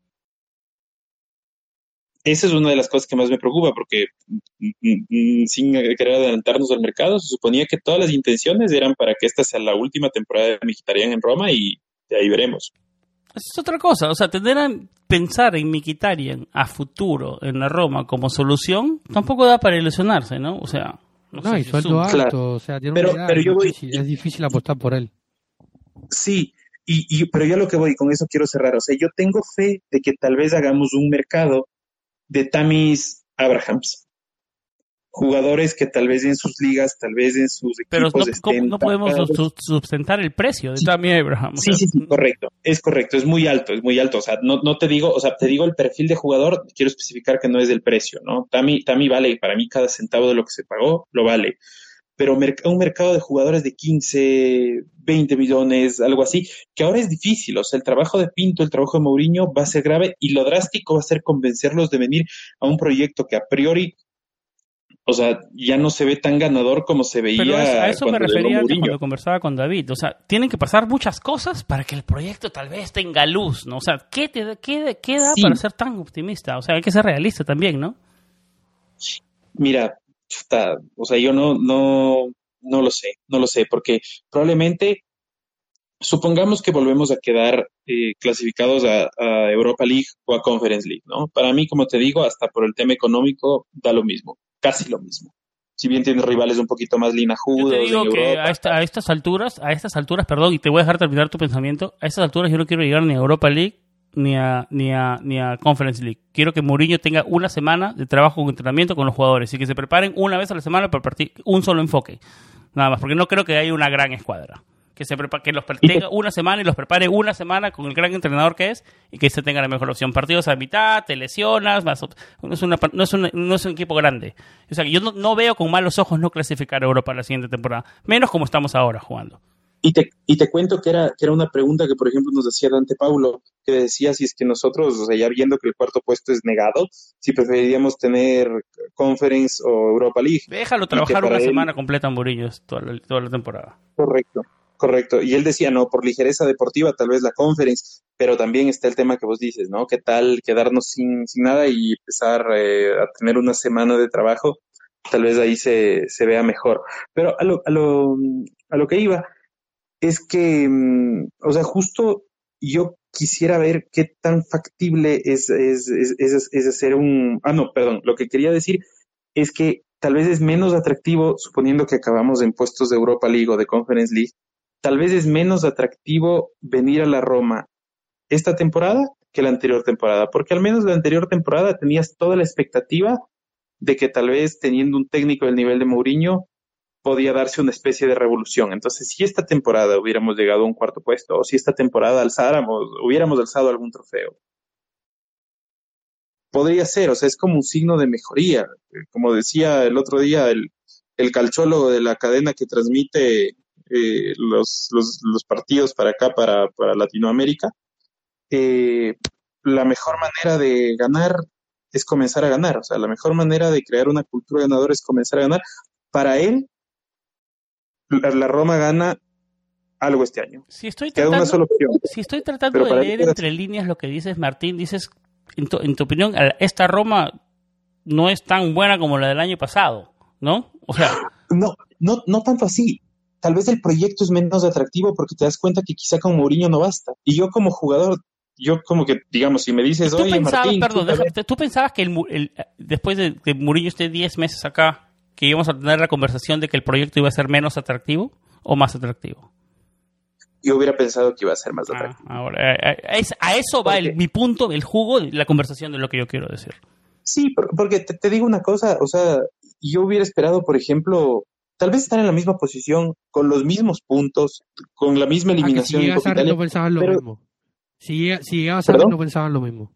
Esa es una de las cosas que más me preocupa, porque sin querer adelantarnos al mercado, se suponía que todas las intenciones eran para que esta sea la última temporada de Mkhitaryan en Roma y de ahí veremos. Es otra cosa, o sea, pensar en Mkhitaryan a futuro en la Roma como solución tampoco da para ilusionarse, ¿no? O sea, no y sueldo alto, claro. O sea, tiene pero yo voy, es difícil apostar por él. Sí. Pero yo a lo que voy, con eso quiero cerrar, o sea, yo tengo fe de que tal vez hagamos un mercado de Tammys Abrahams. jugadores que tal vez en sus ligas, tal vez en sus equipos pero estén... no podemos sustentar el precio de Tammy Abraham. Sí, correcto, es muy alto, o sea, no te digo, o sea, te digo el perfil de jugador, quiero especificar que no es del precio, ¿no? Tammy vale, para mí cada centavo de lo que se pagó, lo vale, pero un mercado de jugadores de 15, 20 millones, algo así, que ahora es difícil, o sea, el trabajo de Pinto, el trabajo de Mourinho va a ser grave y lo drástico va a ser convencerlos de venir a un proyecto que a priori, o sea, ya no se ve tan ganador como se veía. Pero a eso me refería antes cuando cuando conversaba con David. O sea, tienen que pasar muchas cosas para que el proyecto tal vez tenga luz, ¿no? O sea, ¿qué da para ser tan optimista? O sea, hay que ser realista también, ¿no? Mira, o sea, yo no lo sé, porque probablemente, supongamos que volvemos a quedar clasificados a Europa League o a Conference League, ¿no? Para mí, como te digo, hasta por el tema económico, da lo mismo, casi lo mismo. Si bien tienes rivales un poquito más linajudos. Yo te digo en que Europa, a estas alturas, perdón, y te voy a dejar terminar tu pensamiento, a estas alturas yo no quiero llegar ni a Europa League ni a Conference League. Quiero que Mourinho tenga una semana de trabajo con entrenamiento con los jugadores y que se preparen una vez a la semana para partir un solo enfoque. Nada más, porque no creo que haya una gran escuadra. Que los tenga una semana y los prepare una semana con el gran entrenador que es y que se tenga la mejor opción. Partidos a mitad, te lesionas, no es un equipo grande. O sea, yo no veo con malos ojos no clasificar a Europa la siguiente temporada, menos como estamos ahora jugando. Y te cuento que era una pregunta que, por ejemplo, nos decía Dante Paulo, que decía si es que nosotros, o sea, ya viendo que el cuarto puesto es negado, si preferiríamos tener Conference o Europa League. Déjalo trabajar una semana completa en Mourinho toda la temporada. Correcto. Y él decía, no, por ligereza deportiva, tal vez la Conference, pero también está el tema que vos dices, ¿no? ¿Qué tal quedarnos sin nada y empezar a tener una semana de trabajo? Tal vez ahí se vea mejor. Pero a lo que iba es que, o sea, justo yo quisiera ver qué tan factible es hacer lo que quería decir es que tal vez es menos atractivo, suponiendo que acabamos en puestos de Europa League o de Conference League, tal vez es menos atractivo venir a la Roma esta temporada que la anterior temporada, porque al menos la anterior temporada tenías toda la expectativa de que tal vez teniendo un técnico del nivel de Mourinho podía darse una especie de revolución. Entonces, si esta temporada hubiéramos llegado a un cuarto puesto, o si esta temporada hubiéramos alzado algún trofeo, podría ser, o sea, es como un signo de mejoría. Como decía el otro día el calchólogo de la cadena que transmite los partidos para acá, para Latinoamérica, la mejor manera de ganar es comenzar a ganar, o sea, la mejor manera de crear una cultura ganadora es comenzar a ganar. Para él, la Roma gana algo este año. Si estoy tratando, una sola opción, de leer entre líneas lo que dices, Martín, dices, en tu opinión, esta Roma no es tan buena como la del año pasado, ¿no? O sea, no tanto así. Tal vez el proyecto es menos atractivo porque te das cuenta que quizá con Mourinho no basta. Y yo como jugador, como que, digamos, si me dices, oye, Martín... ¿Tú pensabas que después de que Mourinho esté 10 meses acá, que íbamos a tener la conversación de que el proyecto iba a ser menos atractivo o más atractivo? Yo hubiera pensado que iba a ser más atractivo. Ahora, a eso va mi punto, el jugo de la conversación de lo que yo quiero decir. Sí, porque te digo una cosa, o sea, yo hubiera esperado, por ejemplo... Tal vez estar en la misma posición, con los mismos puntos, con la misma eliminación. Si llegaba Sarri no pensaban lo mismo. Si llegaba Sarri no pensaban lo mismo.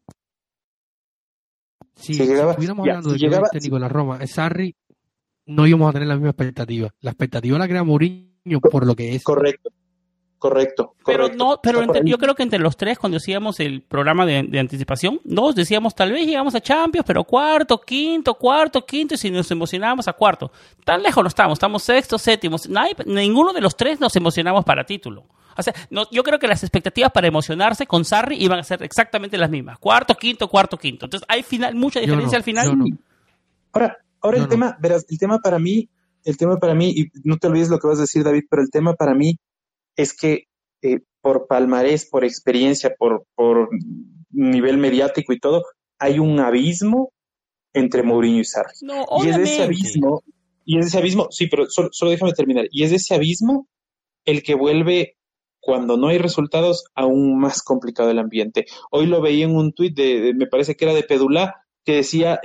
Si estuviéramos hablando de que el técnico de la Roma es Sarri, no íbamos a tener la misma expectativa. La expectativa la crea Mourinho por lo que es. Correcto. Pero yo creo que entre los tres, cuando hacíamos el programa de anticipación, nos decíamos tal vez llegamos a Champions, pero cuarto, quinto, y si nos emocionábamos a cuarto. Tan lejos no estamos sexto, séptimo. Ninguno de los tres nos emocionamos para título. O sea, yo creo que las expectativas para emocionarse con Sarri iban a ser exactamente las mismas. Cuarto, quinto. Entonces hay mucha diferencia al final. Ahora el tema, verás, el tema para mí, y no te olvides lo que vas a decir, David, pero el tema para mí es que por palmarés, por experiencia, por nivel mediático y todo, hay un abismo entre Mourinho y Sarri. No, obviamente. Y es ese abismo, sí, pero solo déjame terminar. Y es ese abismo el que vuelve, cuando no hay resultados, aún más complicado el ambiente. Hoy lo veía en un tuit me parece que era de Pedulá, que decía,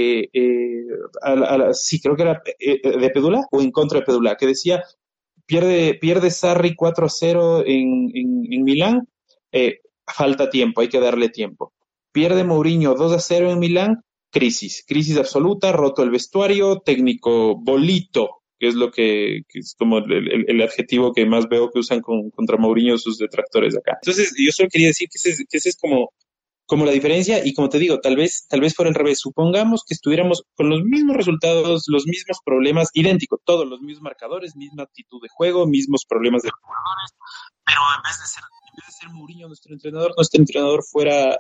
sí, creo que era de Pedula o en contra de Pedula, que decía, pierde Sarri 4-0 en Milán, falta tiempo, hay que darle tiempo. Pierde Mourinho 2-0 en Milán, crisis absoluta, roto el vestuario, técnico bolito, que es lo que es como el adjetivo que más veo que usan contra Mourinho sus detractores acá. Entonces, yo solo quería decir que ese es como la diferencia, y como te digo, tal vez fuera al revés. Supongamos que estuviéramos con los mismos resultados, los mismos problemas, idénticos, todos los mismos marcadores, misma actitud de juego, mismos problemas de jugadores, pero en vez de ser Mourinho nuestro entrenador fuera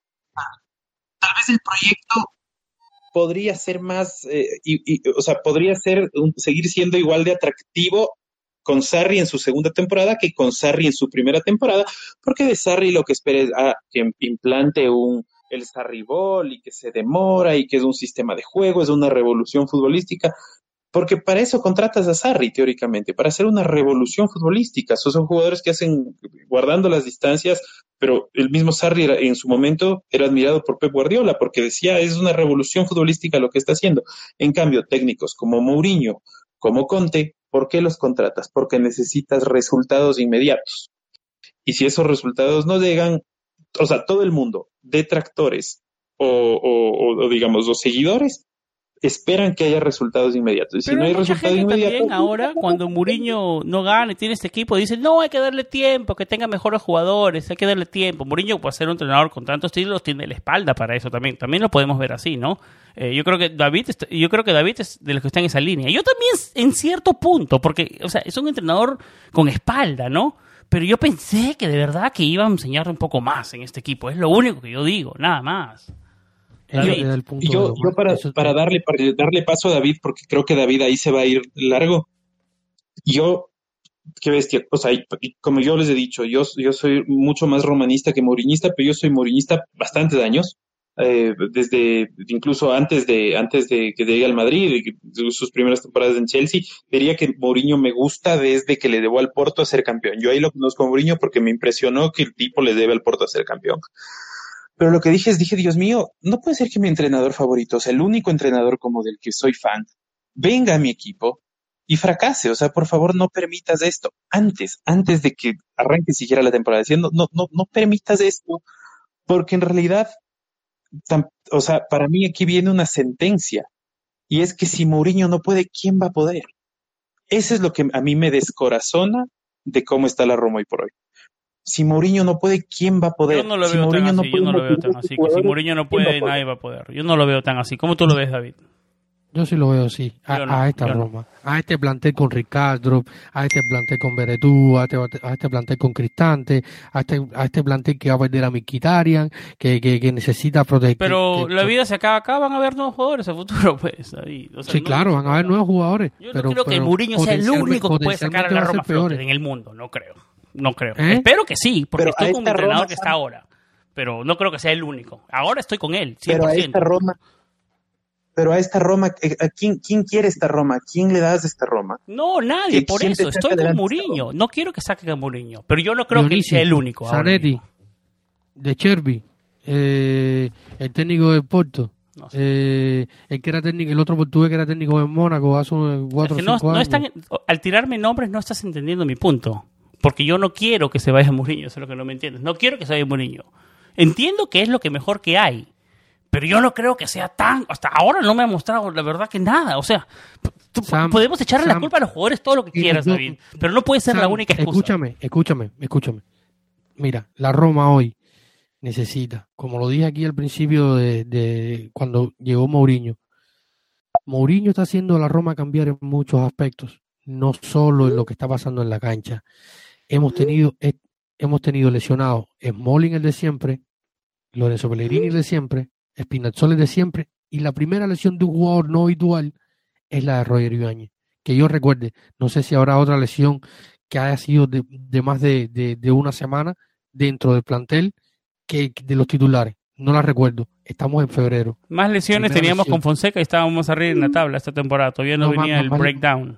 tal vez el proyecto podría ser más, o sea, podría seguir siendo igual de atractivo con Sarri en su segunda temporada que con Sarri en su primera temporada, porque de Sarri lo que espera es que implante el Sarri Ball y que se demora y que es un sistema de juego, es una revolución futbolística, porque para eso contratas a Sarri teóricamente, para hacer una revolución futbolística. Son jugadores que hacen guardando las distancias, pero el mismo Sarri en su momento era admirado por Pep Guardiola porque decía es una revolución futbolística lo que está haciendo. En cambio, técnicos como Mourinho, como Conte, ¿por qué los contratas? Porque necesitas resultados inmediatos. Y si esos resultados no llegan, o sea, todo el mundo, detractores o digamos, los seguidores, esperan que haya resultados inmediatos. Y si no hay resultados inmediatos... También ahora, cuando Mourinho no gana y tiene este equipo, dicen, no, hay que darle tiempo, que tenga mejores jugadores, hay que darle tiempo. Mourinho, por ser un entrenador con tantos títulos, tiene la espalda para eso también. También lo podemos ver así, ¿no? Yo creo que David es de los que están en esa línea. Yo también, en cierto punto, porque, o sea, es un entrenador con espalda, ¿no? Pero yo pensé que de verdad que iba a enseñar un poco más en este equipo. Es lo único que yo digo, nada más. Yo para darle paso a David, porque creo que David ahí se va a ir largo. Qué bestia, o sea, y como yo les he dicho, yo soy mucho más romanista que mourinhista, pero yo soy mourinhista bastantes años, desde incluso antes de que llegue al Madrid, de sus primeras temporadas en Chelsea. Diría que Mourinho me gusta desde que le debo al Porto a ser campeón. Yo ahí lo conozco a Mourinho porque me impresionó que el tipo le debe al Porto a ser campeón. Pero lo que dije, Dios mío, no puede ser que mi entrenador favorito, o sea, el único entrenador como del que soy fan, venga a mi equipo y fracase. O sea, por favor, no permitas esto. Antes de que arranque siquiera la temporada, diciendo, no permitas esto, porque en realidad, o sea, para mí aquí viene una sentencia, y es que si Mourinho no puede, ¿quién va a poder? Eso es lo que a mí me descorazona de cómo está la Roma hoy por hoy. Si Mourinho no puede, ¿quién va a poder? Yo no lo veo tan así, yo no lo veo tan así. Que si Mourinho no puede, nadie va a poder. Yo no lo veo tan así. ¿Cómo tú lo ves, David? Yo sí lo veo así. A esta Roma. A este plantel con Ricardo, a este plantel con Veretú, a este plantel con Cristante, a este plantel que va a perder a Mkhitaryan, que necesita proteger. Pero la vida se acaba acá, van a haber nuevos jugadores a futuro, pues, David. O sea, sí, claro, van a haber nuevos jugadores. Yo no creo que Mourinho sea el único que puede sacar a la Roma a flote en el mundo, no creo. Espero que sí, porque estoy con un entrenador Roma, que está ahora. Pero no creo que sea el único. Ahora estoy con él, 100%. Pero a esta Roma, ¿a quién quiere esta Roma? ¿A quién le das esta Roma? No, nadie, por eso. Estoy con Mourinho. No quiero que saquen a Mourinho, pero yo no creo que él sea el único. Zanetti, De Chervi, el técnico del Porto. No sé. El que era técnico, el otro portugués que era técnico en Mónaco hace 4 o 5 años. Al tirarme nombres no estás entendiendo mi punto. Porque yo no quiero que se vaya Mourinho, eso es lo que no me entiendes. No quiero que se vaya Mourinho. Entiendo que es lo que mejor que hay, pero yo no creo que sea tan... Hasta ahora no me ha mostrado la verdad que nada. O sea, podemos echarle la culpa a los jugadores todo lo que quieras, David, pero no puede ser la única excusa. Escúchame. Mira, la Roma hoy necesita, como lo dije aquí al principio de cuando llegó Mourinho, Mourinho está haciendo a la Roma cambiar en muchos aspectos, no solo en lo que está pasando en la cancha. Hemos tenido lesionados Smalling, el de siempre, Lorenzo Pellegrini, el de siempre, Spinazzola, el de siempre, y la primera lesión de un jugador no habitual es la de Roger Ibáñez. Que yo recuerde, no sé si habrá otra lesión que haya sido de más de una semana dentro del plantel que de los titulares. No la recuerdo. Estamos en febrero. Más lesiones teníamos con Fonseca y estábamos arriba en la tabla esta temporada. Todavía no venía el breakdown.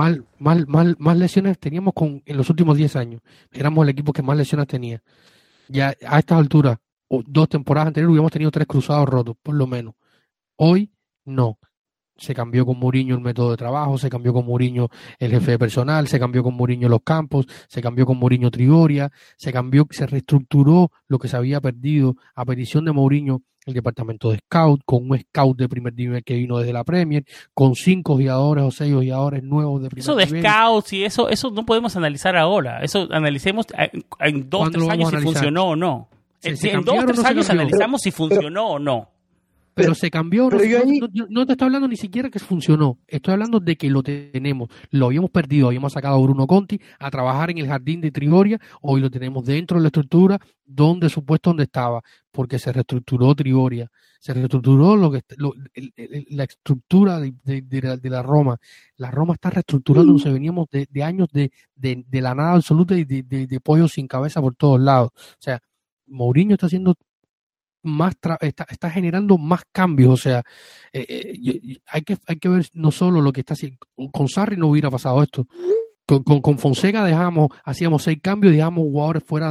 Más lesiones teníamos en los últimos 10 años. Éramos el equipo que más lesiones tenía. Ya a estas alturas, 2 temporadas anteriores, hubiéramos tenido 3 cruzados rotos, por lo menos. Hoy no. Se cambió con Mourinho el método de trabajo, se cambió con Mourinho el jefe de personal, se cambió con Mourinho los campos, se cambió con Mourinho Trigoria, se reestructuró lo que se había perdido a petición de Mourinho el departamento de scout, con un scout de primer nivel que vino desde la Premier, con 5 jugadores o 6 jugadores nuevos de primer nivel. Eso de scouts y eso no podemos analizar ahora. Eso analicemos en 2 o 3 años si funcionó o no. En 2 o 3 años analizamos si funcionó o no. Pero se cambió, no te estoy hablando ni siquiera que funcionó, estoy hablando de que lo tenemos, lo habíamos perdido, habíamos sacado a Bruno Conti a trabajar en el jardín de Trigoria, hoy lo tenemos dentro de la estructura donde estaba, porque se reestructuró Trigoria, se reestructuró la estructura de la Roma. La Roma está reestructurándose, veníamos de años de la nada absoluta y de pollo sin cabeza por todos lados. O sea, Mourinho está haciendo está generando más cambios, o sea, hay que ver no solo lo que está haciendo. Con Sarri no hubiera pasado esto. Con Fonseca hacíamos 6 cambios y dejamos jugadores fuera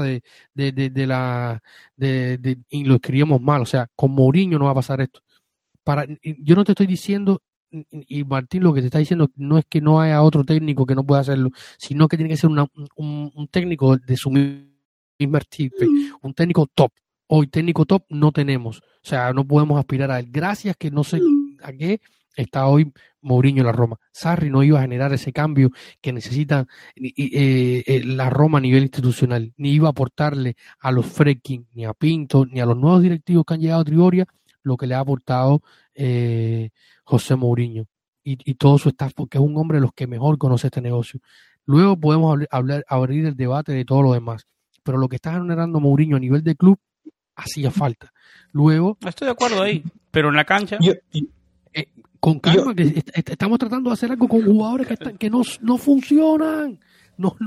y lo escribíamos mal, o sea, con Mourinho no va a pasar esto. Yo no te estoy diciendo, y Martín lo que te está diciendo no es que no haya otro técnico que no pueda hacerlo, sino que tiene que ser un técnico de su misma estirpe, un técnico top. Hoy técnico top no tenemos, o sea, no podemos aspirar a él. Gracias que no sé a qué está hoy Mourinho en la Roma. Sarri no iba a generar ese cambio que necesita la Roma a nivel institucional, ni iba a aportarle a los Fredkin, ni a Pinto, ni a los nuevos directivos que han llegado a Trigoria lo que le ha aportado José Mourinho y todo su staff, porque es un hombre de los que mejor conoce este negocio. Luego podemos abrir el debate de todo lo demás, pero lo que está generando Mourinho a nivel de club hacía falta. Luego, estoy de acuerdo ahí, pero en la cancha con calma, que estamos tratando de hacer algo con jugadores que no funcionan, no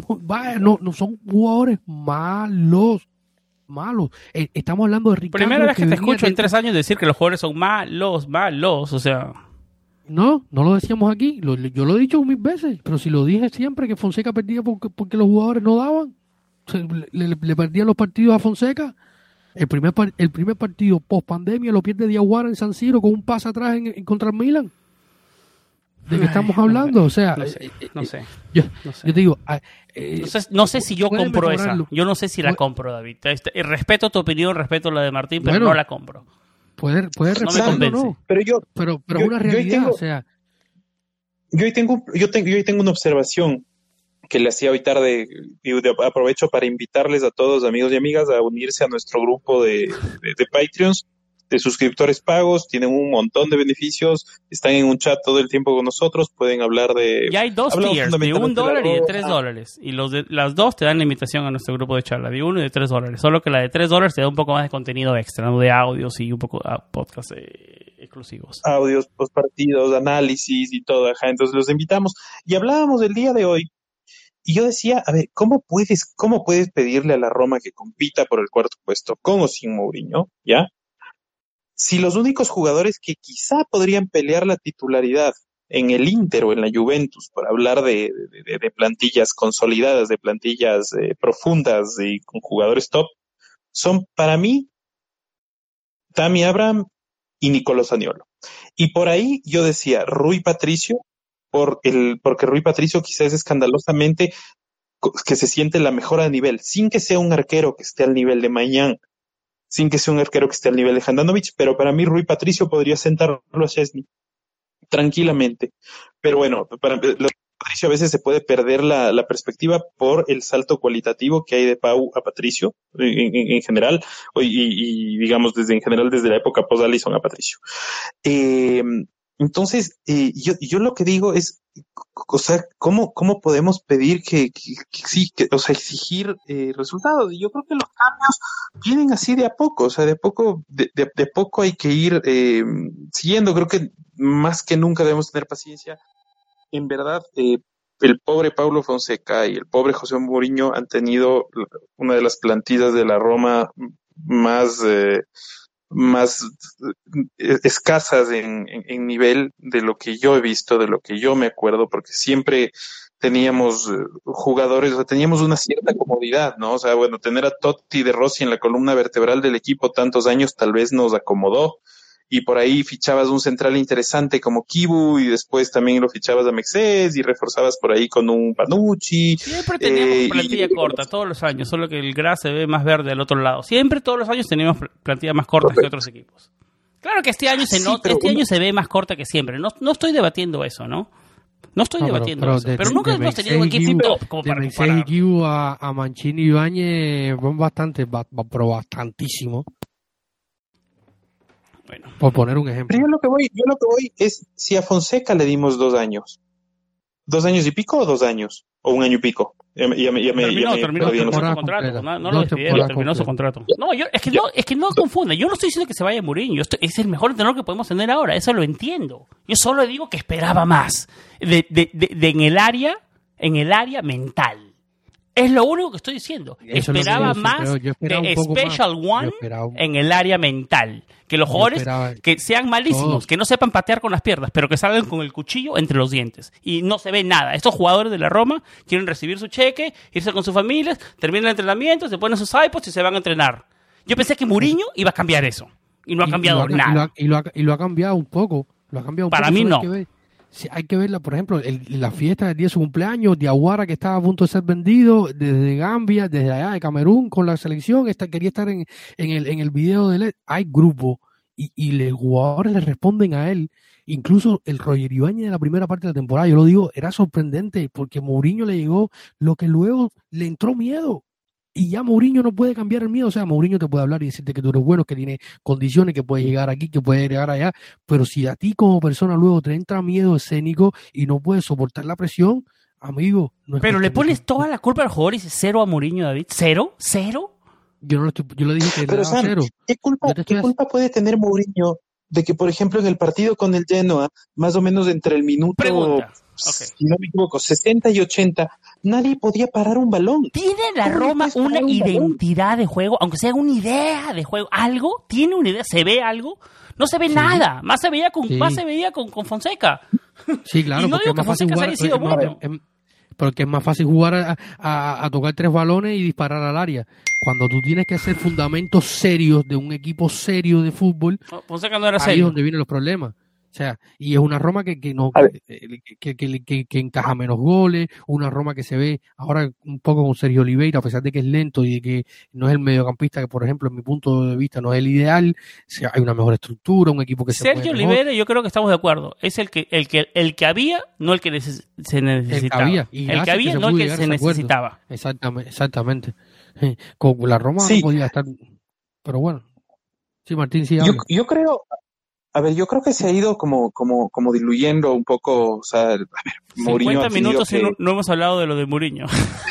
son jugadores malos. Estamos hablando de Ricardo. Primera vez que te escucho en 3 años decir que los jugadores son malos, o sea. No lo decíamos aquí, yo lo he dicho 1000 veces, pero si lo dije siempre que Fonseca perdía porque los jugadores no daban, le perdían los partidos a Fonseca. El primer partido post pandemia lo pierde Diawara en San Siro con un pase atrás en contra el Milan. ¿De qué estamos hablando? O sea, no sé. Yo te digo, no sé si yo compro esa. Yo no sé si la compro, David. Respeto tu opinión, respeto la de Martín, pero no la compro. Puede respetarlo, no. Pero es una realidad, o sea. Yo hoy tengo una observación que le hacía hoy tarde, y aprovecho para invitarles a todos, amigos y amigas, a unirse a nuestro grupo de Patreons, de suscriptores pagos. Tienen un montón de beneficios, están en un chat todo el tiempo con nosotros, pueden hablar de... Ya hay 2 tiers, de $1 y de $3, y las dos te dan la invitación a nuestro grupo de charla, de $1 y de $3, solo que la de $3 te da un poco más de contenido extra, ¿no? De audios y un poco de podcasts exclusivos. Audios, postpartidos, análisis y todo, ajá. Entonces los invitamos, y hablábamos del día de hoy. Y yo decía, a ver, ¿cómo puedes pedirle a la Roma que compita por el 4º puesto, con o sin Mourinho, ya? Si los únicos jugadores que quizá podrían pelear la titularidad en el Inter o en la Juventus, por hablar de plantillas consolidadas, de plantillas profundas y con jugadores top, son para mí Tammy Abraham y Nicolò Zaniolo. Y por ahí yo decía, Rui Patricio, porque Rui Patricio quizás es escandalosamente que se siente la mejora de nivel, sin que sea un arquero que esté al nivel de Mañán, sin que sea un arquero que esté al nivel de Handanovic, pero para mí Rui Patricio podría sentarlo a Szczęsny tranquilamente. Pero bueno, para Patricio a veces se puede perder la perspectiva por el salto cualitativo que hay de Pau a Patricio en general, y digamos desde la época post-Alisson a Patricio. Entonces, yo lo que digo es, o sea, ¿cómo podemos pedir o sea, exigir resultados? Y yo creo que los cambios vienen así de a poco, o sea, de poco hay que ir siguiendo. Creo que más que nunca debemos tener paciencia. En verdad, el pobre Paulo Fonseca y el pobre José Mourinho han tenido una de las plantillas de la Roma más escasas en nivel de lo que yo he visto, de lo que yo me acuerdo, porque siempre teníamos jugadores, o sea, teníamos una cierta comodidad, ¿no? O sea, bueno, tener a Totti de Rossi en la columna vertebral del equipo tantos años tal vez nos acomodó, y por ahí fichabas un central interesante como Kibu y después también lo fichabas a Mexés y reforzabas por ahí con un Panucci. Siempre teníamos plantilla corta todos los años, solo que el gras se ve más verde al otro lado. Siempre todos los años teníamos plantilla más cortas que otros equipos. Claro que este año año se ve más corta que siempre. No estoy debatiendo eso, ¿no? No estoy debatiendo eso. Pero nunca hemos tenido un equipo top como para comparar. A Mancini y Ibáñez van bastante, pero bastantísimo. Bueno. Por poner un ejemplo. Pero yo lo que voy es si a Fonseca le dimos 2 años. 2 años y pico o 2 años. O 1 año y pico. Terminó su contrato. No lo despidieron, terminó su contrato. No, es que no confunda. Yo no estoy diciendo que se vaya Mourinho. Es el mejor entrenador que podemos tener ahora. Eso lo entiendo. Yo solo digo que esperaba más en el área mental. Es lo único que estoy diciendo. Esperaba más de Special One en el área mental. Que los jugadores que sean malísimos, que no sepan patear con las piernas, pero que salgan con el cuchillo entre los dientes. Y no se ve nada. Estos jugadores de la Roma quieren recibir su cheque, irse con sus familias, terminan el entrenamiento, se ponen sus iPods y se van a entrenar. Yo pensé que Mourinho iba a cambiar eso. Y no ha cambiado nada. Y lo ha cambiado un poco. Para mí no. Hay que verla, por ejemplo, la fiesta del día de su cumpleaños, Diawara, que estaba a punto de ser vendido desde Gambia, desde allá de Camerún con la selección, quería estar en el video de él. Hay grupo y los jugadores le responden a él. Incluso el Roger Ibáñez de la primera parte de la temporada, yo lo digo, era sorprendente porque Mourinho le llegó lo que luego le entró miedo. Y ya Mourinho no puede cambiar el miedo. O sea, Mourinho te puede hablar y decirte que tú eres bueno, que tiene condiciones, que puedes llegar aquí, que puedes llegar allá. Pero si a ti como persona luego te entra miedo escénico y no puedes soportar la presión, amigo... No es pero le pones toda la culpa al jugador y dices 0 a Mourinho, David. ¿0? Yo le dije que era 0. ¿Qué culpa puede tener Mourinho de que, por ejemplo, en el partido con el Genoa, más o menos entre el minuto... Si no me equivoco, 60 y 80, nadie podía parar un balón. ¿Tiene la Roma una identidad de juego? Aunque sea una idea de juego, ¿algo? ¿Tiene una idea? ¿Se ve algo? No se ve nada. Más se veía con Fonseca. Sí, claro. Y no digo que Fonseca haya sido bueno. Porque es más fácil jugar a tocar 3 balones y disparar al área. Cuando tú tienes que hacer fundamentos serios de un equipo serio de fútbol, Fonseca no era serio. Ahí es donde vienen los problemas. O sea, y es una Roma que encaja menos goles, una Roma que se ve ahora un poco con Sergio Oliveira, a pesar de que es lento y de que no es el mediocampista que, por ejemplo, en mi punto de vista no es el ideal. O sea, hay una mejor estructura, un equipo que se Sergio Oliveira, yo creo que estamos de acuerdo. Es el que había, no el que se necesitaba. El que había, no el que se necesitaba. Exactamente. Con la Roma no podía estar, pero bueno. Sí, Martín, sí. Yo creo... A ver, yo creo que se ha ido como diluyendo un poco, o sea, a ver, Mourinho 50 minutos y no hemos hablado de lo de Mourinho.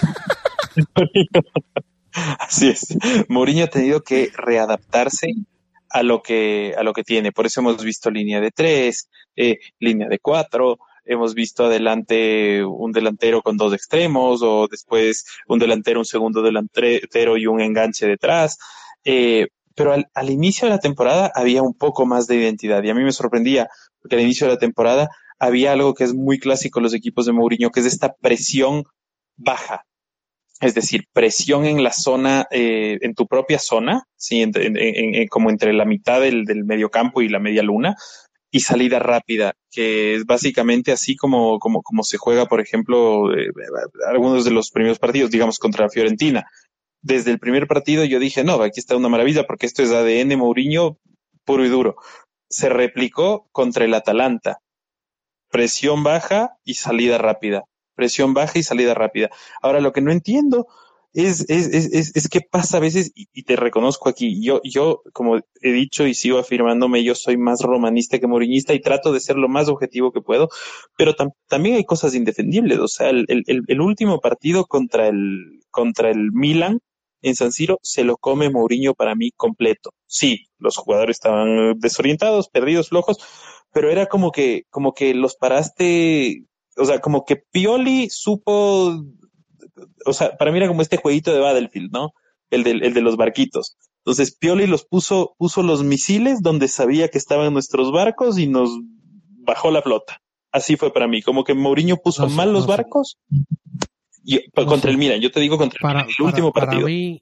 Así es. Mourinho ha tenido que readaptarse a lo que tiene. Por eso hemos visto línea de 3, línea de 4, hemos visto adelante un delantero con 2 extremos, o después un delantero, un segundo delantero y un enganche detrás. Pero al inicio de la temporada había un poco más de identidad y a mí me sorprendía porque al inicio de la temporada había algo que es muy clásico en los equipos de Mourinho, que es esta presión baja, es decir, presión en la zona, en tu propia zona, ¿sí? Como entre la mitad del mediocampo y la media luna, y salida rápida, que es básicamente así como se juega, por ejemplo, algunos de los primeros partidos, digamos, contra la Fiorentina. Desde el primer partido yo dije, no, aquí está una maravilla porque esto es ADN Mourinho puro y duro. Se replicó contra el Atalanta. Presión baja y salida rápida. Presión baja y salida rápida. Ahora, lo que no entiendo es qué pasa a veces, y te reconozco aquí, yo, como he dicho y sigo afirmándome, yo soy más romanista que mourinhista y trato de ser lo más objetivo que puedo, pero también hay cosas indefendibles. O sea, el último partido contra el Milan, en San Siro, se lo come Mourinho para mí completo. Sí, los jugadores estaban desorientados, perdidos, flojos, pero era como que los paraste, o sea, como que Pioli supo, o sea, para mí era como este jueguito de Battlefield, ¿no? El de los barquitos. Entonces Pioli puso los misiles donde sabía que estaban nuestros barcos y nos bajó la flota. Así fue para mí, como que Mourinho puso los barcos. Y contra el Milan, yo te digo contra el último partido.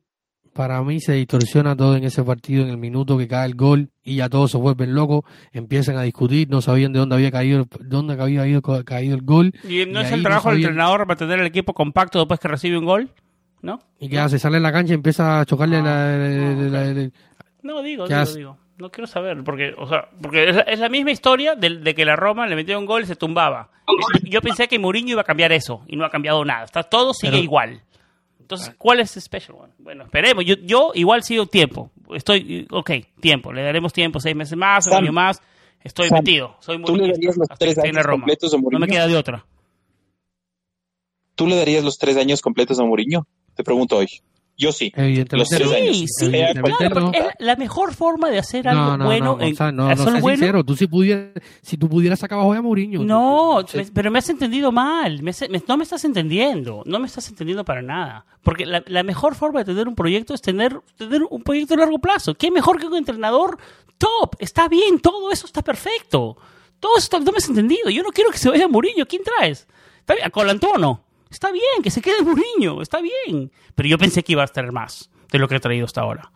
Para mí se distorsiona todo en ese partido en el minuto que cae el gol y ya todos se vuelven locos, empiezan a discutir, no sabían de dónde había caído el gol. ¿Y no es el trabajo del entrenador mantener el equipo compacto después que recibe un gol? ¿No? ¿Y qué hace? Sale en la cancha y empieza a chocarle No, digo. No quiero saber, porque es la misma historia de que la Roma le metió un gol y se tumbaba. Yo pensé que Mourinho iba a cambiar eso y no ha cambiado nada. Todo sigue igual. Entonces, ¿cuál es el special one? Bueno, esperemos. Yo igual sigo tiempo. Tiempo. Le daremos tiempo, 6 meses más, un año más. Estoy metido. Soy ¿Tú le darías los 3 años completos a Mourinho? No me queda de otra. ¿Tú le darías los 3 años completos a Mourinho? Te pregunto hoy. Yo sí. Los 3 años. Sí, claro, es la mejor forma de hacer algo bueno. No seas sincero. Tú si tú pudieras sacar abajo a Mourinho. No, pero me has entendido mal. No me estás entendiendo. No me estás entendiendo para nada. Porque la mejor forma de tener un proyecto es tener un proyecto a largo plazo. ¿Qué mejor que un entrenador top? Está bien, todo eso está perfecto. Todo eso no me has entendido. Yo no quiero que se vaya Mourinho. ¿Quién traes? ¿Está bien? ¿A Colantuono? Está bien, que se quede Mourinho, está bien. Pero yo pensé que iba a estar más de lo que he traído hasta ahora.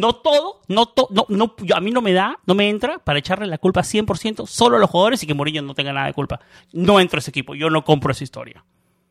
A mí no me entra para echarle la culpa 100% solo a los jugadores y que Mourinho no tenga nada de culpa. No entro a ese equipo, yo no compro esa historia.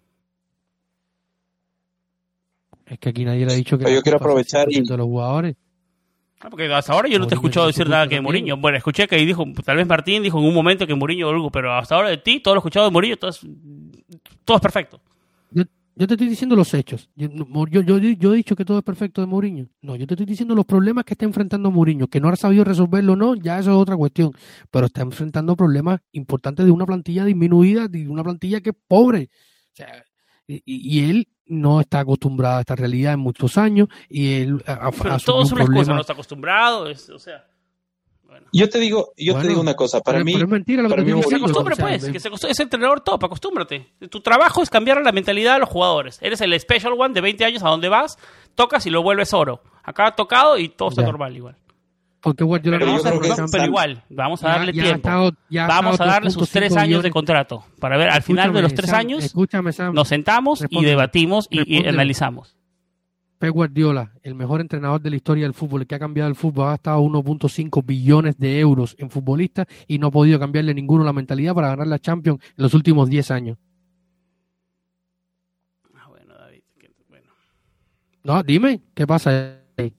Es que aquí nadie le ha dicho que... Pero yo quiero aprovechar de los jugadores. Porque hasta ahora yo no te he escuchado decir nada que Mourinho. Bueno, escuché que dijo, tal vez Martín dijo en un momento que Mourinho algo, pero hasta ahora de ti, todo lo escuchado de Mourinho, todo es perfecto. Yo te estoy diciendo los hechos. Yo he dicho que todo es perfecto de Mourinho. No, yo te estoy diciendo los problemas que está enfrentando Mourinho. Que no ha sabido resolverlo o no, ya eso es otra cuestión. Pero está enfrentando problemas importantes de una plantilla disminuida, de una plantilla que es pobre. O sea, y él no está acostumbrado a esta realidad en muchos años. Y él pero todo es una excusa, no está acostumbrado. Bueno. Yo te digo una cosa, para mí... Pero es mentira lo que te digo. Que se acostumbre, es entrenador top, acostúmbrate. Tu trabajo es cambiar la mentalidad de los jugadores. Eres el special one de 20 años a donde vas, tocas y lo vuelves oro. Acá ha tocado y todo está normal igual. Porque vamos a darle tiempo. Vamos a darle sus 3 años de contrato. Para ver, al final de los 3 años, Sam, nos sentamos y debatimos y analizamos. Pep Guardiola, el mejor entrenador de la historia del fútbol, el que ha cambiado el fútbol, ha gastado 1.5 billones de euros en futbolistas y no ha podido cambiarle ninguno la mentalidad para ganar la Champions en los últimos 10 años. Bueno, David, bueno. No, dime, ¿qué pasa ahí?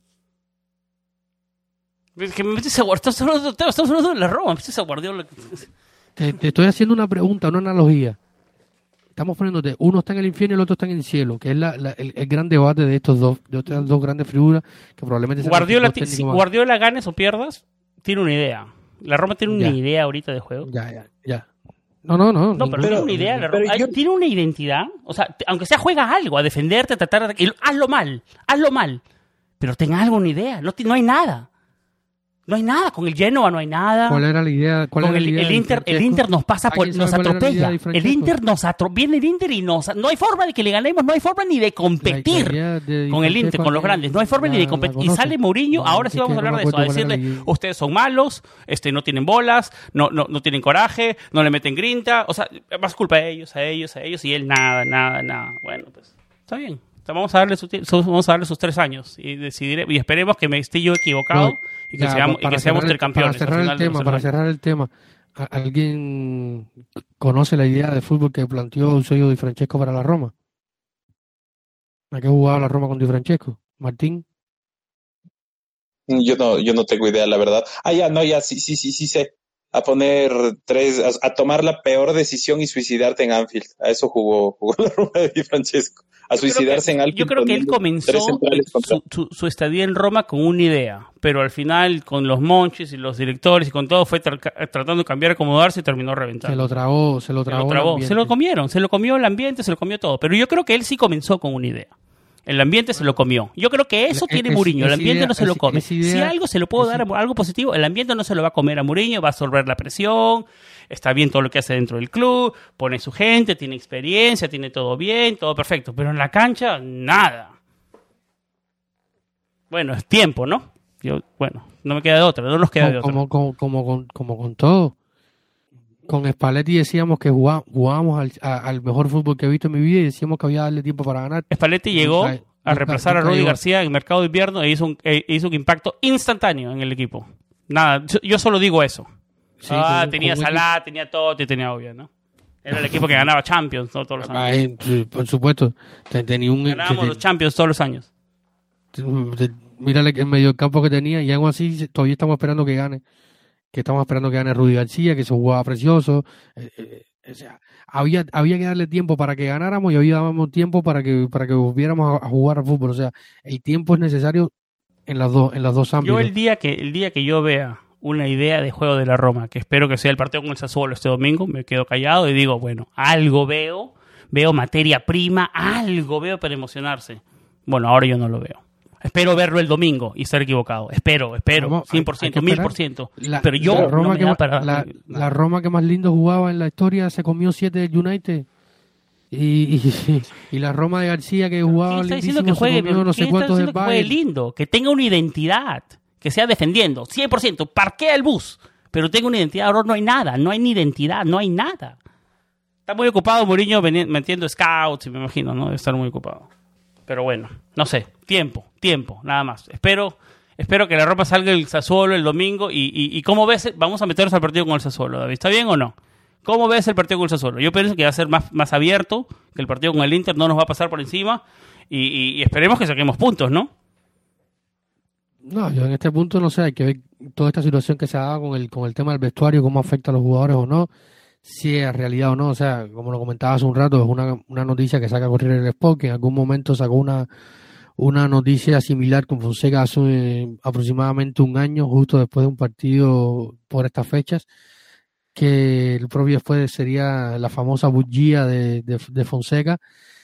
Es que me metes a Guardiola, estamos hablando de la Roma, me metes a Guardiola. Te estoy haciendo una pregunta, una analogía. Estamos poniéndote, uno está en el infierno y el otro está en el cielo, que es el gran debate de estas dos grandes figuras que probablemente... Si Guardiola ganes o pierdas, tiene una idea. La Roma tiene una idea ahorita de juego. Ya. No, pero tiene una idea. La Roma, tiene una identidad. O sea, aunque sea juega algo, a defenderte, a tratar de... Hazlo mal. Pero tenga algo, una idea. No hay nada. No hay nada, con el Genoa no hay nada. ¿Cuál era la idea? El Inter nos pasa nos atropella. El Inter viene el Inter y no hay forma de que le ganemos, no hay forma ni de competir con el Inter, con los grandes, no hay forma ni de competir. Y sale Mourinho, ahora sí vamos a hablar de eso, a decirle, ustedes son malos, no tienen bolas, no tienen coraje, no le meten grinta, o sea, más culpa a ellos, y él nada. Bueno, pues, está bien. Vamos a darle sus 3 años y esperemos que me esté yo equivocado y que seamos tricampeones. Para cerrar el tema, ¿alguien conoce la idea de fútbol que planteó Eusebio Di Francesco para la Roma? ¿A qué jugaba la Roma con Di Francesco? ¿Martín? Yo no tengo idea, la verdad. Sí sé. A tomar la peor decisión y suicidarte en Anfield. A eso jugó la Roma de Di Francesco. A suicidarse en Anfield. Yo creo que él comenzó su estadía en Roma con una idea, pero al final con los monchis y los directores y con todo fue tratando de cambiar, acomodarse y terminó reventando. Se lo tragó. Se lo comieron, se lo comió el ambiente, se lo comió todo. Pero yo creo que él sí comenzó con una idea. El ambiente se lo comió. Yo creo que eso tiene Mourinho. El ambiente no se lo come. Si algo se lo puedo dar, algo positivo, el ambiente no se lo va a comer a Mourinho, va a absorber la presión, está bien todo lo que hace dentro del club, pone su gente, tiene experiencia, tiene todo bien, todo perfecto. Pero en la cancha, nada. Bueno, es tiempo, ¿no? No me queda de otra, no nos queda de otra. Como con todo. Con Spalletti decíamos que jugábamos al mejor fútbol que he visto en mi vida y decíamos que había que darle tiempo para ganar. Spalletti llegó a reemplazar a Rudy García en el mercado de invierno e hizo un impacto instantáneo en el equipo. Nada, yo solo digo eso. Sí, tenía Salah, tenía Totti, tenía Obvio, ¿no? Era el equipo que ganaba Champions, ¿no? Todos los años. Por supuesto. Ganábamos los Champions todos los años. Mírale el medio campo que tenía y aún así todavía estamos esperando que gane. Que estamos esperando que gane Rudy García, que se jugaba precioso. O sea, había que darle tiempo para que ganáramos y había dado tiempo para que volviéramos a jugar al fútbol. O sea, el tiempo es necesario en las dos ámbitos. Yo el día que yo vea una idea de juego de la Roma, que espero que sea el partido con el Sassuolo este domingo, me quedo callado y digo, bueno, algo veo materia prima, algo veo para emocionarse. Bueno, ahora yo no lo veo. Espero verlo el domingo y estar equivocado. Espero, 100%, 1000%. Pero yo la Roma, la Roma que más lindo jugaba en la historia se comió 7 del United. Y la Roma de García que jugaba lindísimo, está diciendo que juegue, no sé cuántos del Bayern. Que juegue lindo, que tenga una identidad, que sea defendiendo, 100%, parquea el bus, pero tenga una identidad. Ahora no hay nada, no hay ni identidad, no hay nada. Está muy ocupado Mourinho metiendo scouts, me imagino, ¿no? Debe estar muy ocupado. Pero bueno, no sé, tiempo, nada más. Espero que la Roma salga el Sassuolo el domingo y ¿cómo ves? Vamos a meternos al partido con el Sassuolo, David, ¿está bien o no? ¿Cómo ves el partido con el Sassuolo? Yo pienso que va a ser más abierto, que el partido con el Inter no nos va a pasar por encima y esperemos que saquemos puntos, ¿no? No, yo en este punto no sé, hay que ver toda esta situación que se ha dado con el tema del vestuario, cómo afecta a los jugadores o no, si es realidad o no. O sea, como lo comentaba hace un rato, es una noticia que saca a correr el Sport, que en algún momento sacó una noticia similar con Fonseca hace aproximadamente un año, justo después de un partido por estas fechas, que el propio después sería la famosa bullía de Fonseca,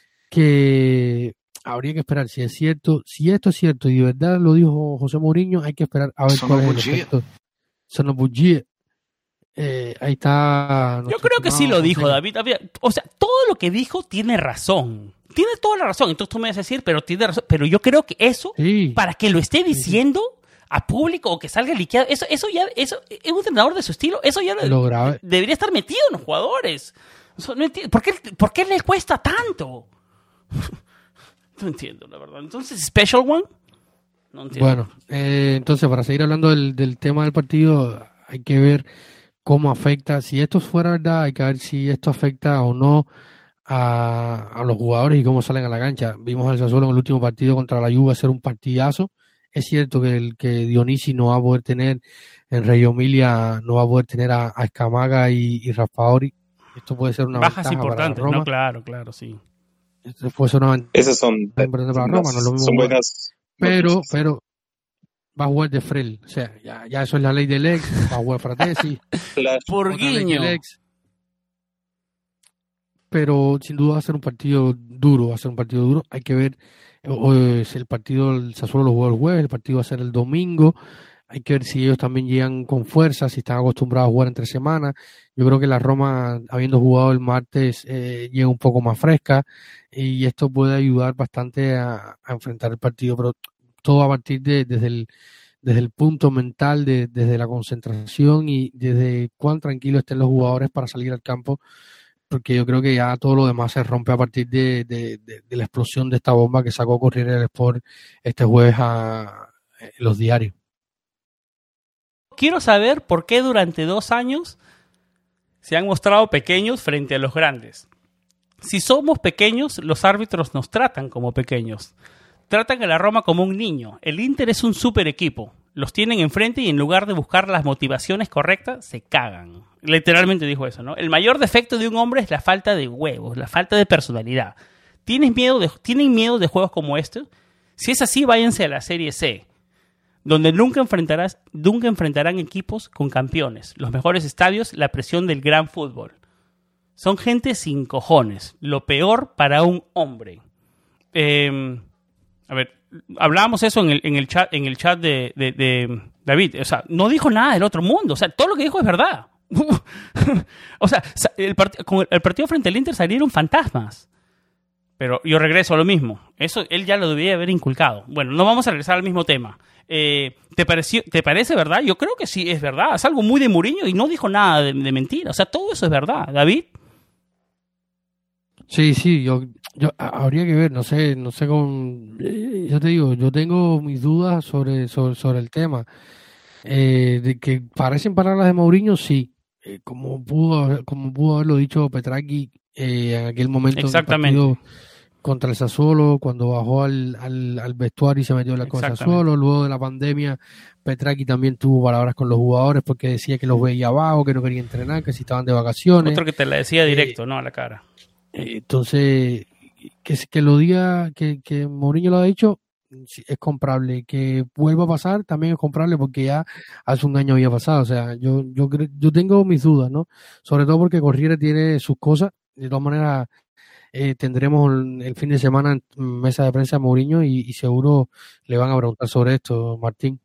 que habría que esperar si es cierto, si esto es cierto y de verdad lo dijo José Mourinho, hay que esperar a ver cuál es el efecto. Son los bullíes. Ahí está. Yo creo que sí lo dijo David. O sea, todo lo que dijo tiene razón. Tiene toda la razón. Entonces tú me vas a decir, pero tiene razón. Pero yo creo que eso, para que lo esté diciendo a público o que salga liqueado, eso es un entrenador de su estilo. Eso ya debería estar metido en los jugadores. No entiendo. ¿Por qué le cuesta tanto? No entiendo, la verdad. Entonces, ¿Special One? No entiendo. Bueno, entonces, para seguir hablando del tema del partido, hay que ver cómo afecta. Si esto fuera verdad, hay que ver si esto afecta o no a los jugadores y cómo salen a la cancha. Vimos al Sassuolo en el último partido contra la Juve hacer un partidazo. Es cierto que Dionisi no va a poder tener, en Reggio Emilia no va a poder tener a Scamaga y Raspadori. Esto puede ser una bajas importantes, ¿no? Claro, sí. Esto puede ser una ventaja. Esas son para Roma, no es lo mismo son buenas. Pero va a jugar de Frel. O sea, ya eso es la ley del ex. Va a jugar Fratesi. Porguiño. Pero sin duda va a ser un partido duro. Hay que ver si el partido, el Sassuolo lo juega el jueves, el partido va a ser el domingo. Hay que ver si ellos también llegan con fuerza, si están acostumbrados a jugar entre semanas. Yo creo que la Roma, habiendo jugado el martes, llega un poco más fresca y esto puede ayudar bastante a enfrentar el partido, pero todo a partir desde el punto mental, desde la concentración y desde cuán tranquilos estén los jugadores para salir al campo, porque yo creo que ya todo lo demás se rompe a partir de la explosión de esta bomba que sacó Corriere del Sport este jueves en los diarios. Quiero saber por qué durante 2 años se han mostrado pequeños frente a los grandes. Si somos pequeños, los árbitros nos tratan como pequeños. Tratan a la Roma como un niño. El Inter es un super equipo. Los tienen enfrente y en lugar de buscar las motivaciones correctas, se cagan. Literalmente dijo eso, ¿no? El mayor defecto de un hombre es la falta de huevos, la falta de personalidad. ¿Tienen miedo de juegos como este? Si es así, váyanse a la Serie C, donde nunca enfrentarán equipos con campeones, los mejores estadios, la presión del gran fútbol. Son gente sin cojones, lo peor para un hombre. A ver, hablábamos eso en el chat de David. O sea, no dijo nada del otro mundo. O sea, todo lo que dijo es verdad. O sea, con el partido frente al Inter salieron fantasmas. Pero yo regreso a lo mismo. Eso él ya lo debería haber inculcado. Bueno, no vamos a regresar al mismo tema. ¿Te parece verdad? Yo creo que sí es verdad. Es algo muy de Mourinho y no dijo nada de mentira. O sea, todo eso es verdad. ¿David? Sí, yo Habría que ver, no sé yo te digo, yo tengo mis dudas sobre el tema. De que parecen palabras de Mourinho, sí. Como pudo haberlo dicho Petraghi en aquel momento en el Exactamente. partido contra el Sassuolo, cuando bajó al vestuario y se metió en la con el Exactamente. Sassuolo. Luego de la pandemia, Petraghi también tuvo palabras con los jugadores porque decía que los veía abajo, que no quería entrenar, que si estaban de vacaciones. Otro que te la decía directo, ¿no? A la cara. Entonces, que lo diga, que Mourinho lo ha dicho, sí, es comprable. Que vuelva a pasar también es comprable porque ya hace un año había pasado. O sea, yo tengo mis dudas, ¿no? Sobre todo porque Corriere tiene sus cosas. De todas maneras, tendremos el fin de semana en mesa de prensa a Mourinho y seguro le van a preguntar sobre esto, Martín.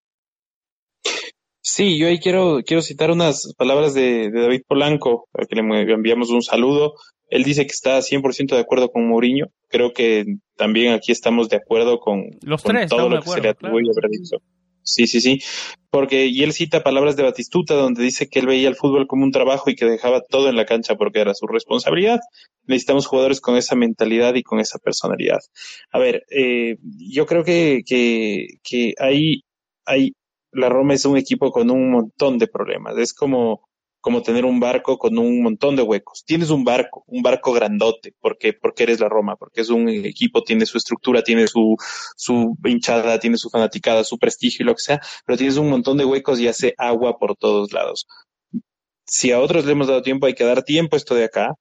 Sí, yo ahí quiero citar unas palabras de David Polanco, a que le enviamos un saludo. Él dice que está 100% de acuerdo con Mourinho. Creo que también aquí estamos de acuerdo Los con tres todo estamos de lo que se le acuerdo, atribuye claro. a haber dicho. Sí, sí, sí. Y él cita palabras de Batistuta, donde dice que él veía el fútbol como un trabajo y que dejaba todo en la cancha porque era su responsabilidad. Necesitamos jugadores con esa mentalidad y con esa personalidad. A ver, yo creo que hay la Roma es un equipo con un montón de problemas. Es como tener un barco con un montón de huecos. Tienes un barco grandote, porque eres la Roma, porque es un equipo, tiene su estructura, tiene su hinchada, tiene su fanaticada, su prestigio y lo que sea, pero tienes un montón de huecos y hace agua por todos lados. Si a otros le hemos dado tiempo, hay que dar tiempo a esto de acá.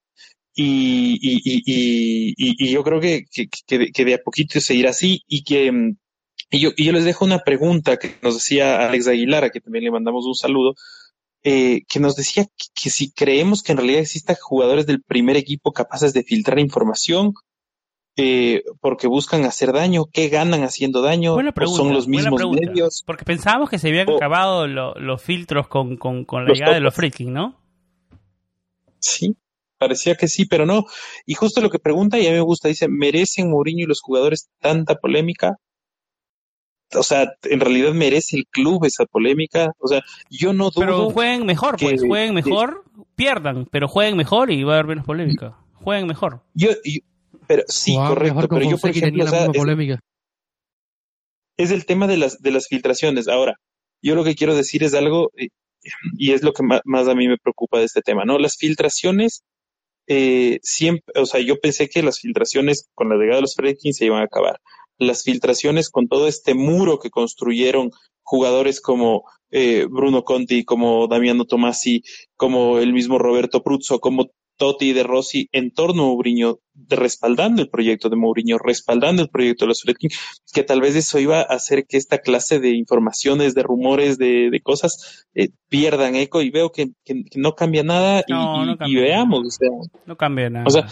Y yo creo que de a poquito se irá así y yo les dejo una pregunta que nos decía Alex Aguilar, a que también le mandamos un saludo, que nos decía que si creemos que en realidad existan jugadores del primer equipo capaces de filtrar información, porque buscan hacer daño, ¿qué ganan haciendo daño? ¿O son los Buena mismos pregunta. medios? Porque pensábamos que se habían ¿O acabado los filtros con la los llegada de los topos? freaking, ¿no? Sí, parecía que sí, pero no. Y justo lo que pregunta, y a mí me gusta, dice, ¿merecen Mourinho y los jugadores tanta polémica? O sea, ¿en realidad merece el club esa polémica? O sea, yo no Pero dudo jueguen mejor, que, pues. Jueguen que mejor, pierdan. Pero jueguen mejor y va a haber menos polémica. Jueguen mejor. pero sí, Jugaban mejor correcto, con pero yo, por Fonseca y ejemplo, tenía o la sea, misma polémica. es el tema de las filtraciones. Ahora, yo lo que quiero decir es algo, y es lo que más a mí me preocupa de este tema, ¿no? Las filtraciones, siempre, o sea, yo pensé que las filtraciones con la llegada de los Fredkin se iban a acabar. Las filtraciones con todo este muro que construyeron jugadores como Bruno Conti, como Damiano Tomasi, como el mismo Roberto Pruzzo, como Totti de Rossi, en torno a Mourinho, respaldando el proyecto de Mourinho, respaldando el proyecto de los Fredkin, que tal vez eso iba a hacer que esta clase de informaciones, de rumores, de cosas pierdan eco, y veo que no cambia nada No, no y cambia veamos, nada. No cambia o sea, nada.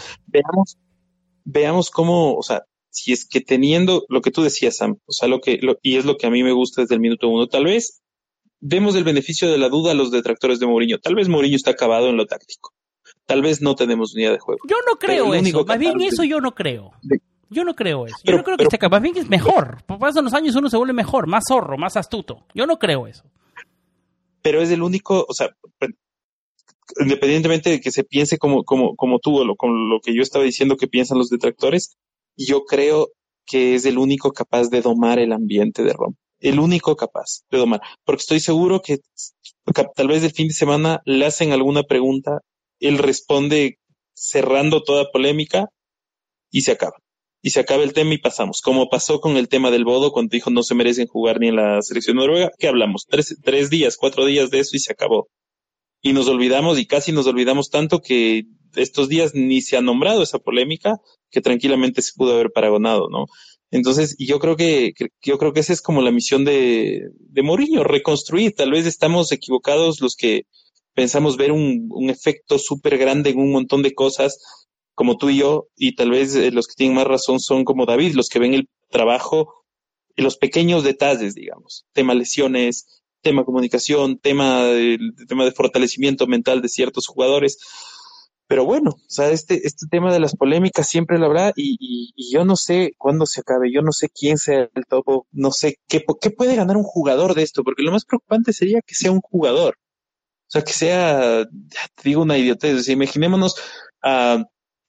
veamos cómo, o sea, si es que teniendo lo que tú decías, Sam, o sea, y es lo que a mí me gusta desde el minuto uno, tal vez demos el beneficio de la duda a los detractores de Mourinho. Tal vez Mourinho está acabado en lo táctico. Tal vez no tenemos unidad de juego. Yo no Pero creo el eso. único Más capaz bien eso yo no creo. de- Yo no creo eso. Yo pero, no creo que pero, esté capaz. Más bien que es mejor. Pasan los años uno se vuelve mejor, más zorro, más astuto. Yo no creo eso. pero es el único, o sea, independientemente de que se piense como tú o con lo que yo estaba diciendo que piensan los detractores, yo creo que es el único capaz de domar el ambiente de Roma. El único capaz de domar. Porque estoy seguro que tal vez el fin de semana le hacen alguna pregunta, él responde cerrando toda polémica y se acaba. Y se acaba el tema y pasamos. Como pasó con el tema del Bodo cuando dijo no se merecen jugar ni en la selección noruega. ¿Qué hablamos? 3 días, 4 días de eso y se acabó. Y nos olvidamos, y casi nos olvidamos tanto que estos días ni se ha nombrado esa polémica que tranquilamente se pudo haber paragonado, ¿no? Entonces, y yo creo que esa es como la misión de Mourinho, reconstruir. Tal vez estamos equivocados los que pensamos ver un efecto súper grande en un montón de cosas, como tú y yo, y tal vez los que tienen más razón son como David, los que ven el trabajo y los pequeños detalles, digamos, tema lesiones, tema comunicación, tema de fortalecimiento mental de ciertos jugadores. Pero bueno, o sea, este tema de las polémicas siempre lo habrá y yo no sé cuándo se acabe, yo no sé quién sea el topo, no sé qué puede ganar un jugador de esto, porque lo más preocupante sería que sea un jugador, o sea, que sea, te digo una idiotez, o sea, imaginémonos a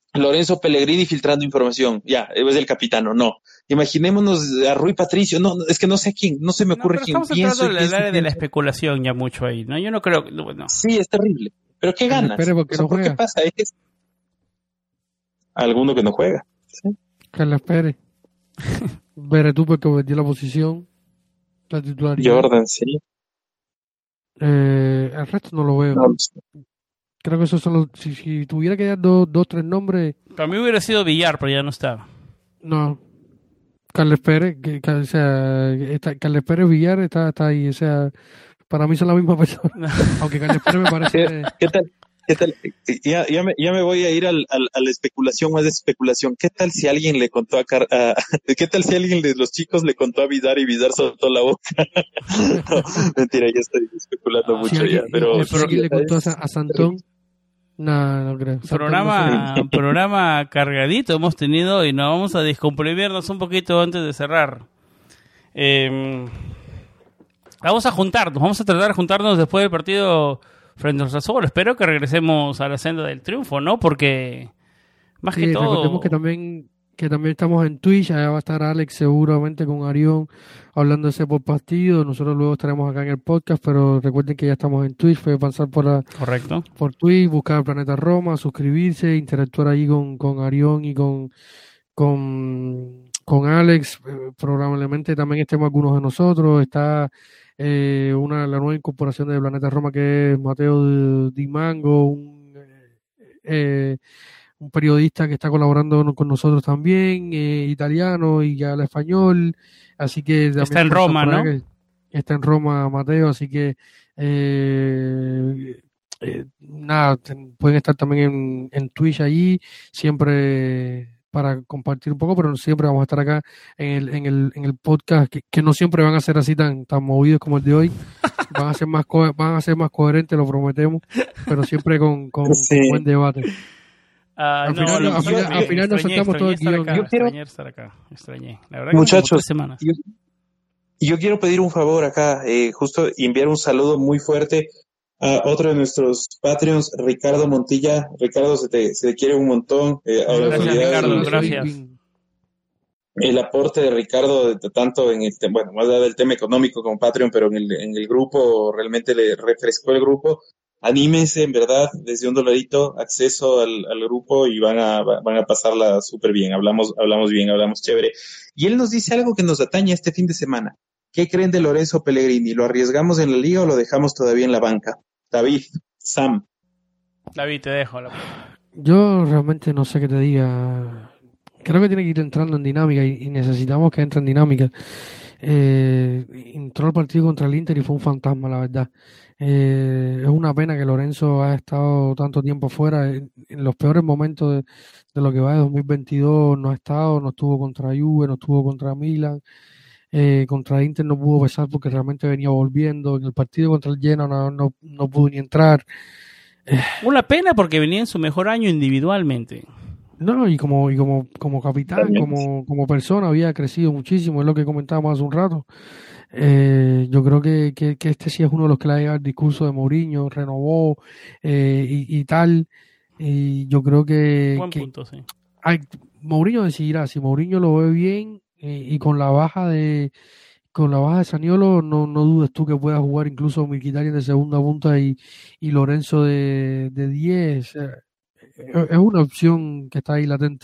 Lorenzo Pellegrini filtrando información, ya, es el capitano, no. Imaginémonos a Rui Patricio, no, es que no sé quién, no se me ocurre pero quién. estamos entrando en el área de la especulación ya mucho ahí, ¿no? Yo no creo, bueno. Sí, es terrible, pero ¿qué ganas? ¿Por qué pasa? Es alguno que no juega. ¿Sí? Carlos Pérez. Veretú porque vendió la posición, la titularidad. Jordan, sí. El resto no lo veo. No. Creo que esos son los... Si tuviera que dar dos, tres nombres... Para mí hubiera sido Villar, pero ya no está. No. Carles Pérez, o sea, Carles Pérez Villar está ahí. O sea, para mí son la misma persona. Aunque Carles Pérez me parece... ¿Qué tal? Ya me voy a ir a la especulación, más de especulación. ¿Qué tal si alguien le contó qué tal si alguien de los chicos le contó a Vidar y Vidar soltó la boca? No, mentira, ya estoy especulando mucho ya. Pero si alguien le contó a Santón, no creo. Programa cargadito hemos tenido y nos vamos a descomprimirnos un poquito antes de cerrar. Vamos a tratar de juntarnos después del partido frente a los Azules. Espero que regresemos a la senda del triunfo, ¿no? Porque más que todo... Recordemos que también estamos en Twitch. Allá va a estar Alex seguramente con Arión hablando de ese por partido. Nosotros luego estaremos acá en el podcast, pero recuerden que ya estamos en Twitch. Pueden pasar Correcto. Por Twitch, buscar Planeta Roma, suscribirse, interactuar ahí con Arión y con Alex. Probablemente también estemos algunos de nosotros. Está... la nueva incorporación de Planeta Roma, que es Mateo Di Mango, un periodista que está colaborando con nosotros también, italiano y ya habla español, así que está en Roma, ¿no? Está en Roma Mateo, así que pueden estar también en Twitch allí, siempre para compartir un poco, pero siempre vamos a estar acá en el podcast, que no siempre van a ser así tan movidos como el de hoy. Van a ser más coherentes, lo prometemos, pero siempre con buen debate. Al final nos saltamos todo el guión. Extrañé. La verdad, muchachos, yo quiero pedir un favor acá, justo enviar un saludo muy fuerte a otro de nuestros Patreons, Ricardo Montilla. Ricardo, se te quiere un montón. Gracias, Ricardo, gracias. El aporte de Ricardo, tanto en más allá del tema económico como Patreon, pero en el grupo, realmente le refrescó el grupo. Anímense, en verdad, desde $1, acceso al grupo y van a pasarla súper bien. Hablamos bien, hablamos chévere. Y él nos dice algo que nos atañe este fin de semana. ¿Qué creen de Lorenzo Pellegrini? ¿Lo arriesgamos en la liga o lo dejamos todavía en la banca? David, Sam. David, te dejo. Yo realmente no sé qué te diga. Creo que tiene que ir entrando en dinámica y necesitamos que entre en dinámica. Entró el partido contra el Inter y fue un fantasma, la verdad. Es una pena que Lorenzo haya estado tanto tiempo fuera. En los peores momentos de lo que va de 2022 no ha estado, no estuvo contra Juve, no estuvo contra Milan. Contra Inter no pudo pesar porque realmente venía volviendo. En el partido contra el Genoa no pudo ni entrar. Una pena porque venía en su mejor año individualmente. No, y como capitán, como persona había crecido muchísimo, es lo que comentábamos hace un rato. Yo creo que este sí es uno de los que le ha llegado el discurso de Mourinho, renovó y tal. Y yo creo que... Buen punto, sí. Mourinho decidirá, si Mourinho lo ve bien y con la baja de Zaniolo, no dudes tú que pueda jugar incluso Mkhitaryan de segunda punta y Lorenzo de 10. Es una opción que está ahí latente.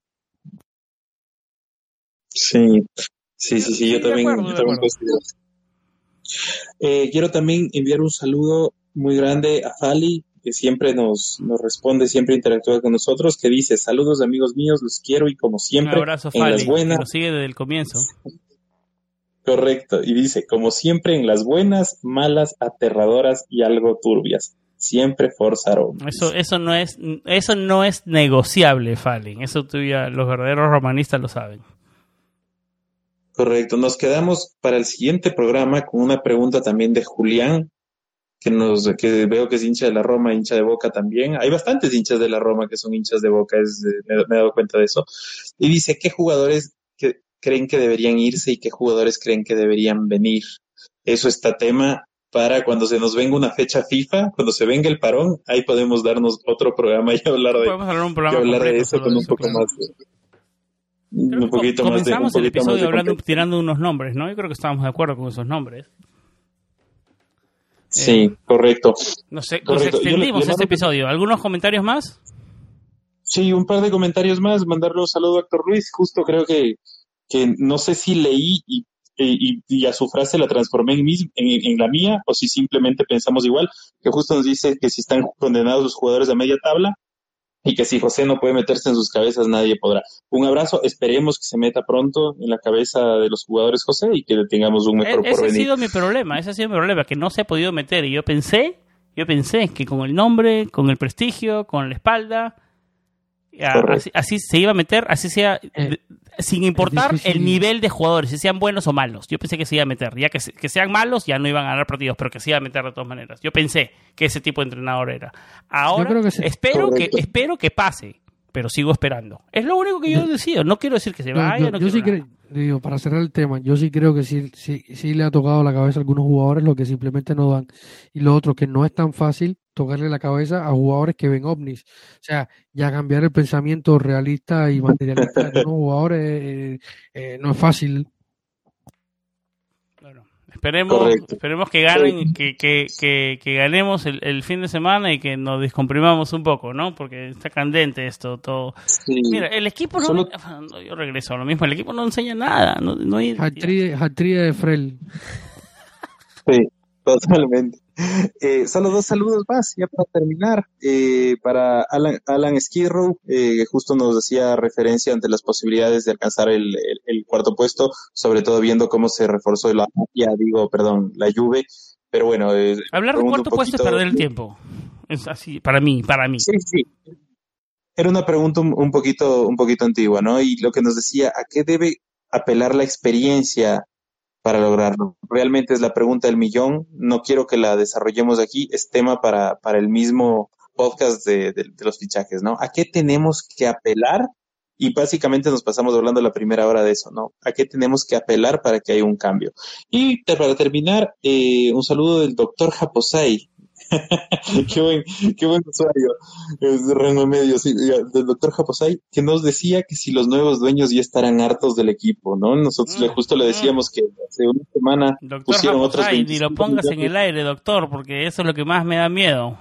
Sí, yo también considero. Quiero también enviar un saludo muy grande a Fali, que siempre nos responde, siempre interactúa con nosotros, que dice: saludos amigos míos, los quiero y como siempre, un abrazo, Fali, en las buenas. Que nos sigue desde el comienzo. Correcto, y dice: como siempre, en las buenas, malas, aterradoras y algo turbias. Siempre Forza Roma. Eso no es negociable, Fallen. Eso los verdaderos romanistas lo saben. Correcto. Nos quedamos para el siguiente programa con una pregunta también de Julián, que veo que es hincha de la Roma, hincha de Boca también. Hay bastantes hinchas de la Roma que son hinchas de Boca, me he dado cuenta de eso. Y dice: ¿qué jugadores creen que deberían irse y qué jugadores creen que deberían venir? Eso está tema para cuando se nos venga una fecha FIFA, cuando se venga el parón, ahí podemos darnos otro programa y hablar de eso con un poco más. Un poquito comenzamos el episodio tirando unos nombres, ¿no? Yo creo que estábamos de acuerdo con esos nombres. Sí, correcto. Nos extendimos este episodio. ¿Algunos comentarios más? Sí, un par de comentarios más. Mandarle un saludo a Héctor Luis. Justo creo que no sé si leí y a su frase la transformé en la mía, o si simplemente pensamos igual, que justo nos dice que si están condenados los jugadores a media tabla, y que si José no puede meterse en sus cabezas, nadie podrá. Un abrazo, esperemos que se meta pronto en la cabeza de los jugadores, José, y que tengamos un mejor porvenir. Ese ha sido mi problema, que no se ha podido meter, y yo pensé que con el nombre, con el prestigio, con la espalda, así se iba a meter, así sea, sin importar el nivel de jugadores, si sean buenos o malos. Yo pensé que se iba a meter, ya que sean malos ya no iban a ganar partidos, pero que se iba a meter de todas maneras. Yo pensé que ese tipo de entrenador era. Ahora espero que pase, pero sigo esperando. Es lo único que yo decido. No quiero decir que se vaya, para cerrar el tema, yo sí creo que sí le ha tocado la cabeza a algunos jugadores, lo que simplemente no dan. Y lo otro, que no es tan fácil tocarle la cabeza a jugadores que ven ovnis. O sea, ya cambiar el pensamiento realista y materialista de unos jugadores no es fácil. Bueno, esperemos que ganen, que ganemos el fin de semana y que nos descomprimamos un poco, ¿no? Porque está candente esto todo. Sí. Mira, el equipo yo regreso a lo mismo, el equipo no enseña nada. No hay Hat-trick de Frel. Sí, totalmente. Solo 2 saludos más, ya para terminar. Para Alan Skidrow, que justo nos hacía referencia ante las posibilidades de alcanzar el cuarto puesto, sobre todo viendo cómo se reforzó la Juve. Pero bueno, hablar de cuarto puesto es perder el tiempo. Es así, para mí. Sí. Era una pregunta un poquito antigua, ¿no? Y lo que nos decía, ¿a qué debe apelar la experiencia para lograrlo? Realmente es la pregunta del millón. No quiero que la desarrollemos aquí, es tema para el mismo podcast de los fichajes, ¿no? ¿A qué tenemos que apelar? Y básicamente nos pasamos hablando la primera hora de eso, ¿no? ¿A qué tenemos que apelar para que haya un cambio? Y para terminar, un saludo del doctor Japosai. qué buen usuario, es de rango medio, sí, del doctor Japosai, que nos decía que si los nuevos dueños ya estarán hartos del equipo, ¿no? Nosotros justo le decíamos que hace una semana doctor pusieron Japosai, otros 25 ni lo pongas en el aire, doctor, porque eso es lo que más me da miedo.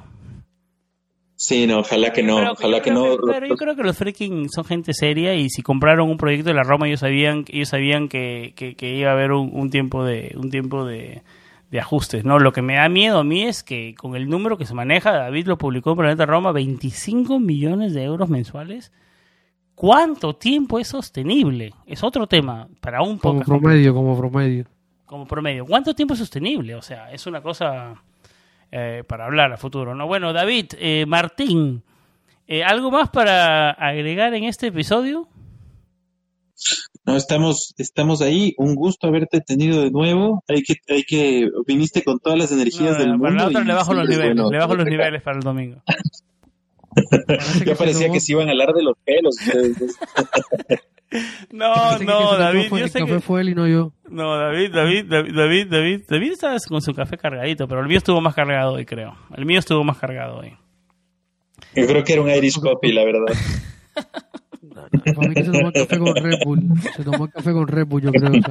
Sí, no, ojalá que no. Pero yo creo que los freaking son gente seria, y si compraron un proyecto de la Roma, ellos sabían que iba a haber un tiempo de ajustes, ¿no? Lo que me da miedo a mí es que con el número que se maneja, David lo publicó en Planeta Roma, 25 millones de euros mensuales. ¿Cuánto tiempo es sostenible? Es otro tema para un poco. Como promedio. ¿Cuánto tiempo es sostenible? O sea, es una cosa para hablar a futuro, ¿no? Bueno, David, Martín, ¿algo más para agregar en este episodio? No, estamos ahí. Un gusto haberte tenido de nuevo. Viniste con todas las energías del mundo. Para la otra le bajo los niveles para el domingo. Ya parecía que se iban a hablar de los pelos. No, David, yo sé que fue él y no yo. No, David estaba con su café cargadito, pero el mío estuvo más cargado hoy, creo. Yo creo que era un Irish Coffee, la verdad. Para mí que se tomó el café con Red Bull. Yo creo.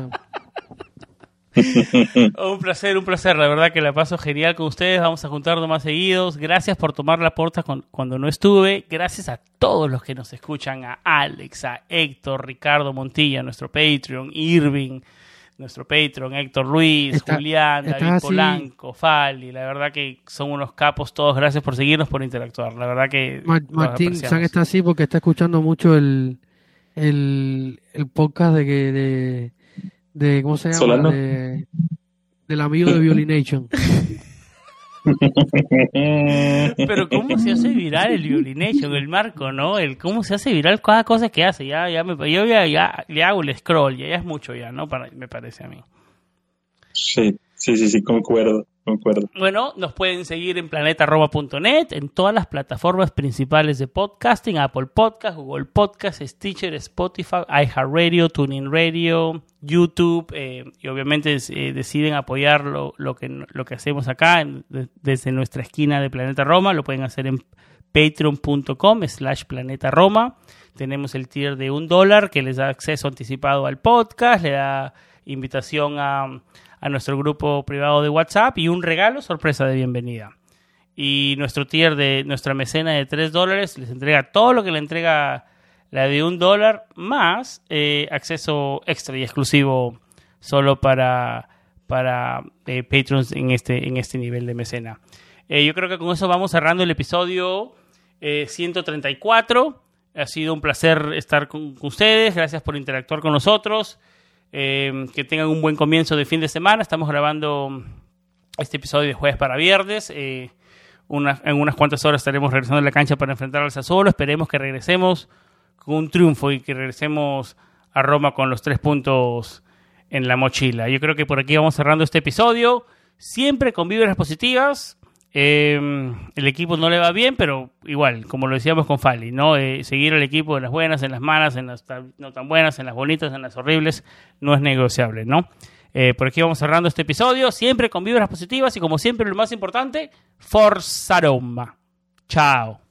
Un placer, la verdad que la paso genial con ustedes. Vamos a juntarnos más seguidos. Gracias por tomar la porta cuando no estuve. Gracias a todos los que nos escuchan, a Alex, a Héctor, Ricardo Montilla, nuestro Patreon, Irving, nuestro Patreon, Héctor Luis, Julián, David Polanco, Fali. La verdad que son unos capos todos. Gracias por seguirnos, por interactuar. La verdad que Martín San está así porque está escuchando mucho el podcast de ¿cómo se llama? ¿Solano? Del amigo de Violination. Pero cómo se hace viral el Violination, el Marco, ¿no? Cómo se hace viral cada cosa que hace. Yo ya le hago el scroll, ya es mucho ya, ¿no? Me parece a mí. Sí, concuerdo. Concuerdo. Bueno, nos pueden seguir en planetaroma.net, en todas las plataformas principales de podcasting, Apple Podcast, Google Podcast, Stitcher, Spotify, iHeartRadio, TuneIn Radio, YouTube, y obviamente deciden apoyar lo que hacemos acá desde nuestra esquina de Planeta Roma. Lo pueden hacer en patreon.com/planetaroma. Tenemos el tier de $1 que les da acceso anticipado al podcast, le da invitación a nuestro grupo privado de WhatsApp y un regalo sorpresa de bienvenida. Y nuestro tier de nuestra mecena de $3 les entrega todo lo que le entrega la de $1 más acceso extra y exclusivo solo para patrons en este nivel de mecena. Yo creo que con eso vamos cerrando el episodio 134. Ha sido un placer estar con ustedes. Gracias por interactuar con nosotros. Que tengan un buen comienzo de fin de semana. Estamos grabando este episodio de jueves para viernes. En unas cuantas horas estaremos regresando a la cancha para enfrentar al Sassuolo. Esperemos que regresemos con un triunfo y que regresemos a Roma con los 3 puntos en la mochila. Yo creo que por aquí vamos cerrando este episodio. Siempre con vibras positivas. El equipo no le va bien, pero igual, como lo decíamos con Fali, ¿no? Seguir al equipo en las buenas, en las malas, en las no tan buenas, en las bonitas, en las horribles, no es negociable, ¿no? Por aquí vamos cerrando este episodio, siempre con vibras positivas y como siempre lo más importante, Forza Roma. Chao.